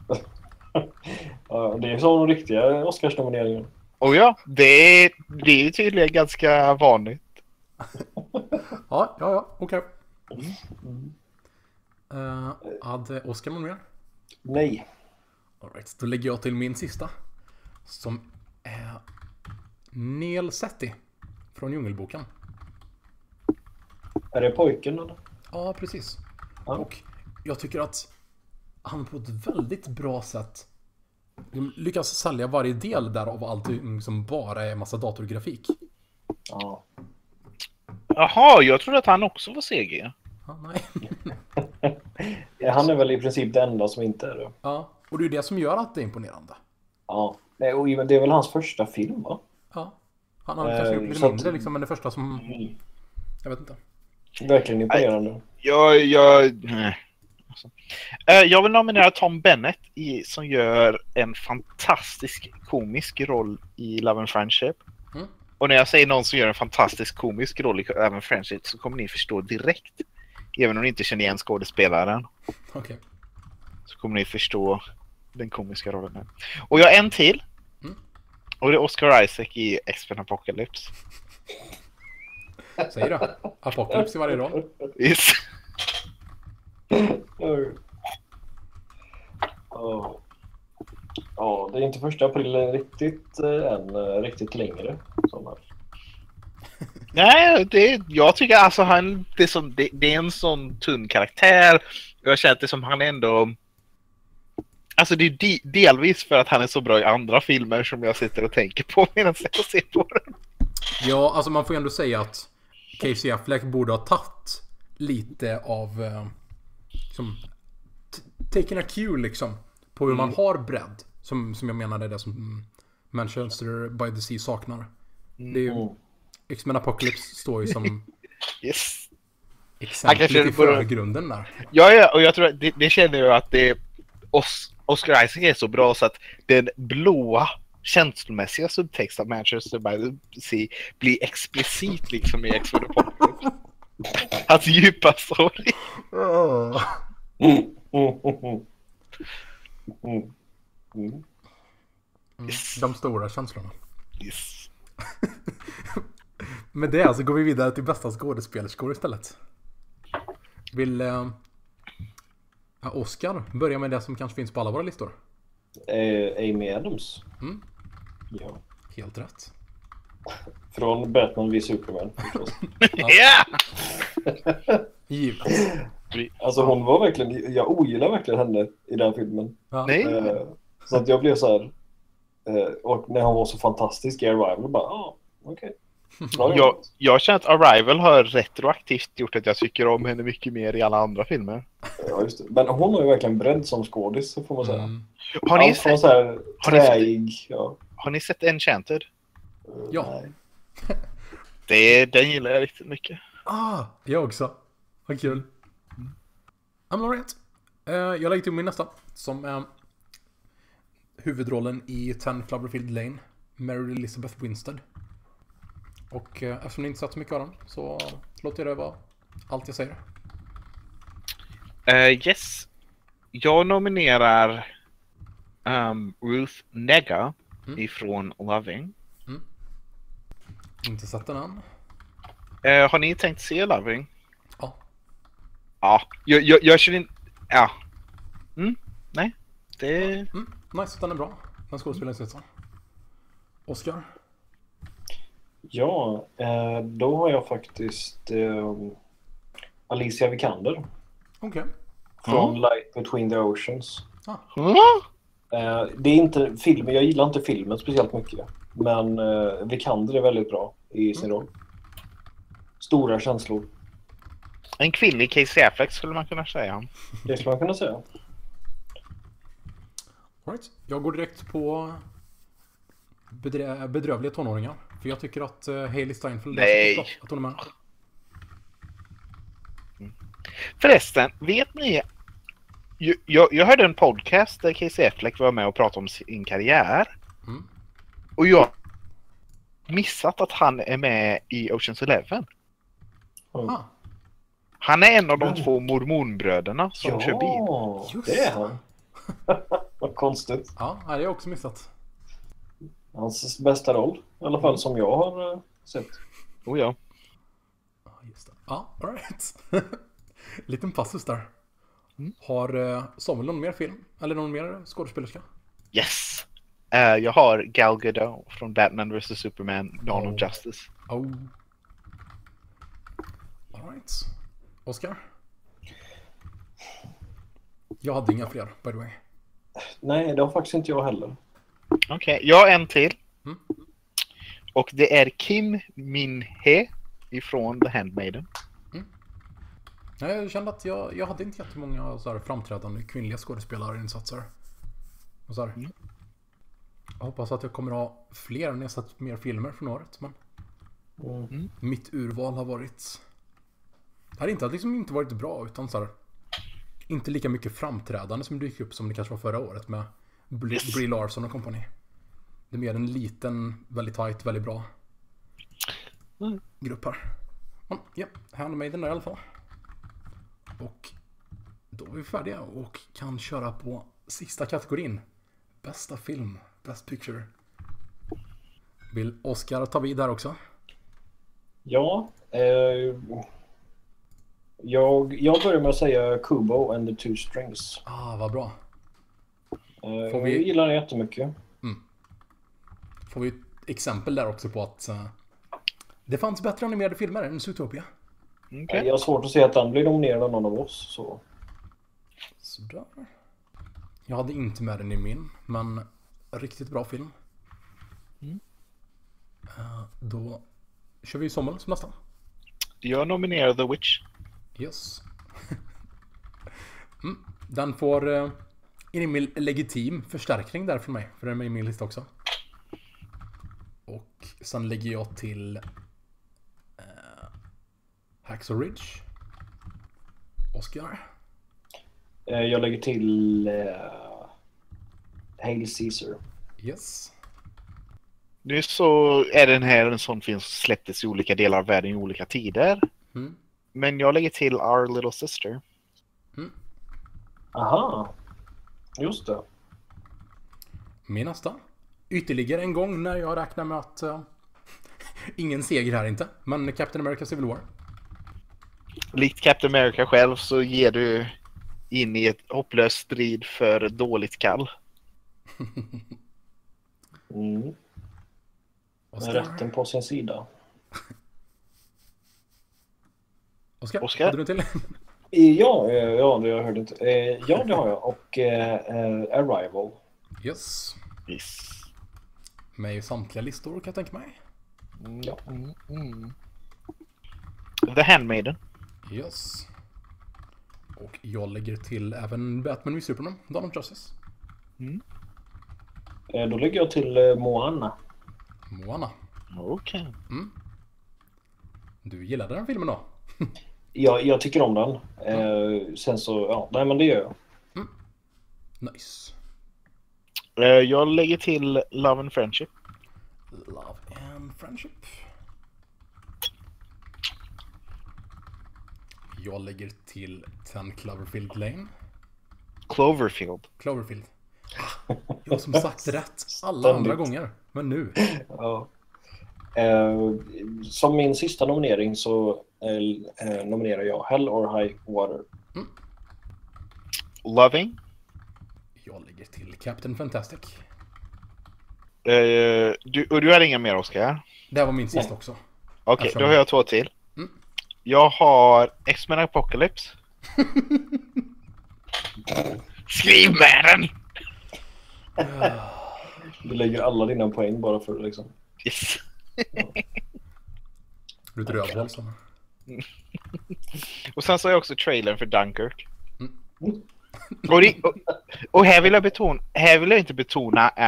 Ja, det är som de riktiga Oscarsnomineringar. Och ja, det är, det är ju tydligen ganska vanligt. Ja, ja, ja, okej. Uh, hade Oscar någon mer? Nej. All right, då lägger jag till min sista. Som är Neil Setti från Djungelboken. Är det pojken eller? Ja, precis. Ja. Och jag tycker att han på ett väldigt bra sätt lyckas sälja varje del där av allting som bara är massa datorgrafik. Ja. Jaha, jag trodde att han också var C G. Ja, nej. Ja, han är väl i princip det enda som inte är det. Ja, och det är det som gör att det är imponerande. Ja. Nej, och det är väl hans första film va? Ja. Han har Eh, kanske gjort lite så att- mindre liksom, men det första som... Jag vet inte. Verkligen imponerande. Jag, jag, nej. Alltså. Eh, jag vill nominera Tom Bennett i, som gör en fantastisk komisk roll i Love and Friendship. Mm. Och när jag säger någon som gör en fantastisk komisk roll i Love and Friendship så kommer ni förstå direkt. Även om ni inte känner igen skådespelaren Okej. så kommer ni förstå den komiska rollen. Här. Och jag har en till. Mm. Och det är Oscar Isaac i X-Men Apocalypse. Säg det. Apocalypse i varje roll. Yes. Ja. Ja, det är inte första april riktigt eh, än, eh, riktigt längre. Sån här. Nej, det, jag tycker alltså han, det, är som, det, det är en sån tunn karaktär. Jag känner att det som han ändå... Alltså det är de, delvis för att han är så bra i andra filmer som jag sitter och tänker på medan jag ser på den. Ja, alltså man får ju ändå säga att Casey Affleck borde ha tagit lite av eh, liksom, t- taken a cue liksom på hur man har bredd. Som, som jag menar är det som Manchester by the Sea saknar. Det är ju, Mm. X-Men Apocalypse står ju som Yes. exemplet kanske i borde- förgrunden där. Ja, ja, och jag tror att det, det känner jag att det Os, Oscar Isaac är så bra så att den blåa känslomässiga subtext av Manchester by the Sea blir explicit liksom i X-Men Apocalypse. Hans djupa sorg. Mm. Mm. Mm. Mm. Mm. Mm, de stora känslorna. Yes. Med det så går vi vidare till bästa skådespelerskor istället. Vill eh, ja, Oscar börja med det som kanske finns på alla våra listor? Eh, Amy Adams. Mm. Ja. Helt rätt. Från Batman v Superman. förstås. Ja! Givet. Alltså hon var verkligen, jag ogillar verkligen henne i den filmen. Ja. Nej. Eh, Så att jag blev så här... Eh, och när hon var så fantastisk i Arrival, bara, ja, ah, okej. Okay. Jag, jag känner att Arrival har retroaktivt gjort att jag tycker om henne mycket mer i alla andra filmer. Ja, just det. Men hon har ju verkligen bredd som skådis, får man säga. Mm. Har ni Allt från sett, så här har ni sett- träig... Ja. har ni sett Enchanted? Eh, Ja. nej. Det, den gillar jag riktigt mycket. Ah, jag också. Vad kul. I'm all right. Eh, jag lägger till min nästa. Som är huvudrollen i ten Cloverfield Lane. Mary Elizabeth Winstead. Och eh, eftersom ni inte sett så mycket av den så låter jag det vara allt jag säger. Uh, yes. Jag nominerar um, Ruth Negga Mm. ifrån Loving. Inte sett den än. Uh, har ni tänkt se Loving? Ja. Ja, jag, jag, jag känner inte... Ja. Mm, nej. Det... Mm, nice, den är bra. Den skådespelaren. Oscar? Ja, eh, då har jag faktiskt eh, Alicia Vikander Okej. från Light Between the Oceans. Mm. Eh, det är inte filmen, jag gillar inte filmen speciellt mycket. Men eh, Vikander är väldigt bra i sin roll. Stora känslor, En kvinnlig Casey Affleck skulle man kunna säga. det skulle man kunna säga. Right. Jag går direkt på bedrä- bedrövliga tonåringar. För jag tycker att uh, Hailey Steinfeld är Nej. så bra att hon är med. Förresten, vet ni... Jag, jag, jag hörde en podcast där Casey Affleck var med och pratade om sin karriär. Mm. Och jag missat att han är med i Ocean's Eleven. Mm. Ah, Han är en av de Mm. två mormonbröderna som kör bil. Ja, Just det är han. Vad konstigt. ja, det har jag också missat. Hans bästa roll, i alla fall som jag har eh, sett. Oh ja. Ja, just det. Ja, all right. Liten passus där. Mm. Har uh, Samuel någon mer film? Eller någon mer skådespelerska? Yes! Eh, jag har Gal Gadot från Batman versus. Superman, Dawn Oh. of Justice. Oh. All right. Oscar? Jag hade inga fler, by the way. Nej, det har faktiskt inte jag heller. Okej, jag har en till. Mm. Och det är Kim Min-He ifrån The Handmaiden. Nej, jag kände att jag, jag hade inte jättemånga så här framträdande kvinnliga skådespelarinsatser. Och så här. Mm. Jag hoppas att jag kommer ha fler när jag sett mer filmer från året. Men Mm. mitt urval har varit... Det har inte, liksom inte varit bra, utan så här, inte lika mycket framträdande som dyker upp som det kanske var förra året med Brie, Yes. Brie Larson och kompani. Det är mer en liten, väldigt tight, väldigt bra Mm. grupp här. Men ja, Handmaiden där i alla fall. Och då är vi färdiga och kan köra på sista kategorin. Bästa film, Best Picture. Vill Oscar ta vid där också? Ja, eh, jag, jag börjar med att säga Kubo and the Two Strings. Ah, vad bra. Eh, Får vi- Jag gillar det jättemycket. Får vi ett exempel där också på att uh, det fanns bättre animerade filmer än Zootopia. Okej. Jag har svårt att se att den blir nominerad av någon av oss. Så. Sådär. Jag hade inte med den i min, men riktigt bra film. Mm. Eh, då kör vi Sommel som nästa. Jag nominerar The Witch. Yes. mm. Den får uh, en min legitim förstärkning där från mig, för den är med i min lista också. Och sen lägger jag till uh, Hacksaw Ridge. Oscar. Eh, Jag lägger till eh, Hail Caesar. Yes. Nu så är den här en sån film som släpptes i olika delar av världen i olika tider. Mm. Men jag lägger till Our Little Sister. Aha, just det. Min nästa. Ytterligare en gång när jag räknar med att uh, ingen seger här inte. Men Captain America Civil War. Likt Captain America själv så ger du in i ett hopplös strid för dåligt kall. Mm. Med Oscar. rätten på sin sida. Oscar. Oscar? Hade du till? Eh, Ja, eh, ja, det jag hörde inte. Eh, Ja, det har jag. Och eh, eh, Arrival. Yes. Yes. Med i samtliga listor kan jag tänka mig. Ja. Mm, mm. The Handmaiden. Yes. Och jag lägger till även Batman v Superman, Dawn of Justice. Mm. Eh, Då lägger jag till eh, Moana. Moana. Okej. Okay. Mm. Du gillade den filmen då? Jag, jag tycker om den. Eh, sen så, ja, nej men det gör jag. Mm. Nice. Uh, jag lägger till Love and Friendship. Love and Friendship. Jag lägger till ten Cloverfield Lane. Cloverfield. Cloverfield. Jag har som sagt rätt alla andra gånger. Men nu. Ja. Eh, som min sista nominering så eh, nominerar jag Hell or High Water. Mm. Loving. Jag lägger till Captain Fantastic. Uh, du, och du har inga mer, Oscar? Det här var min sista Nej. också. Okej, okay, då har jag två till. Mm. Jag har X-Men Apocalypse. Skriv med den! Du lägger alla dina poäng bara för liksom. Yes. Du är rövhål sådana. Och sen så har jag också trailern för Dunkirk. Mm. Och, det, och, och här vill jag betona, här vill jag inte betona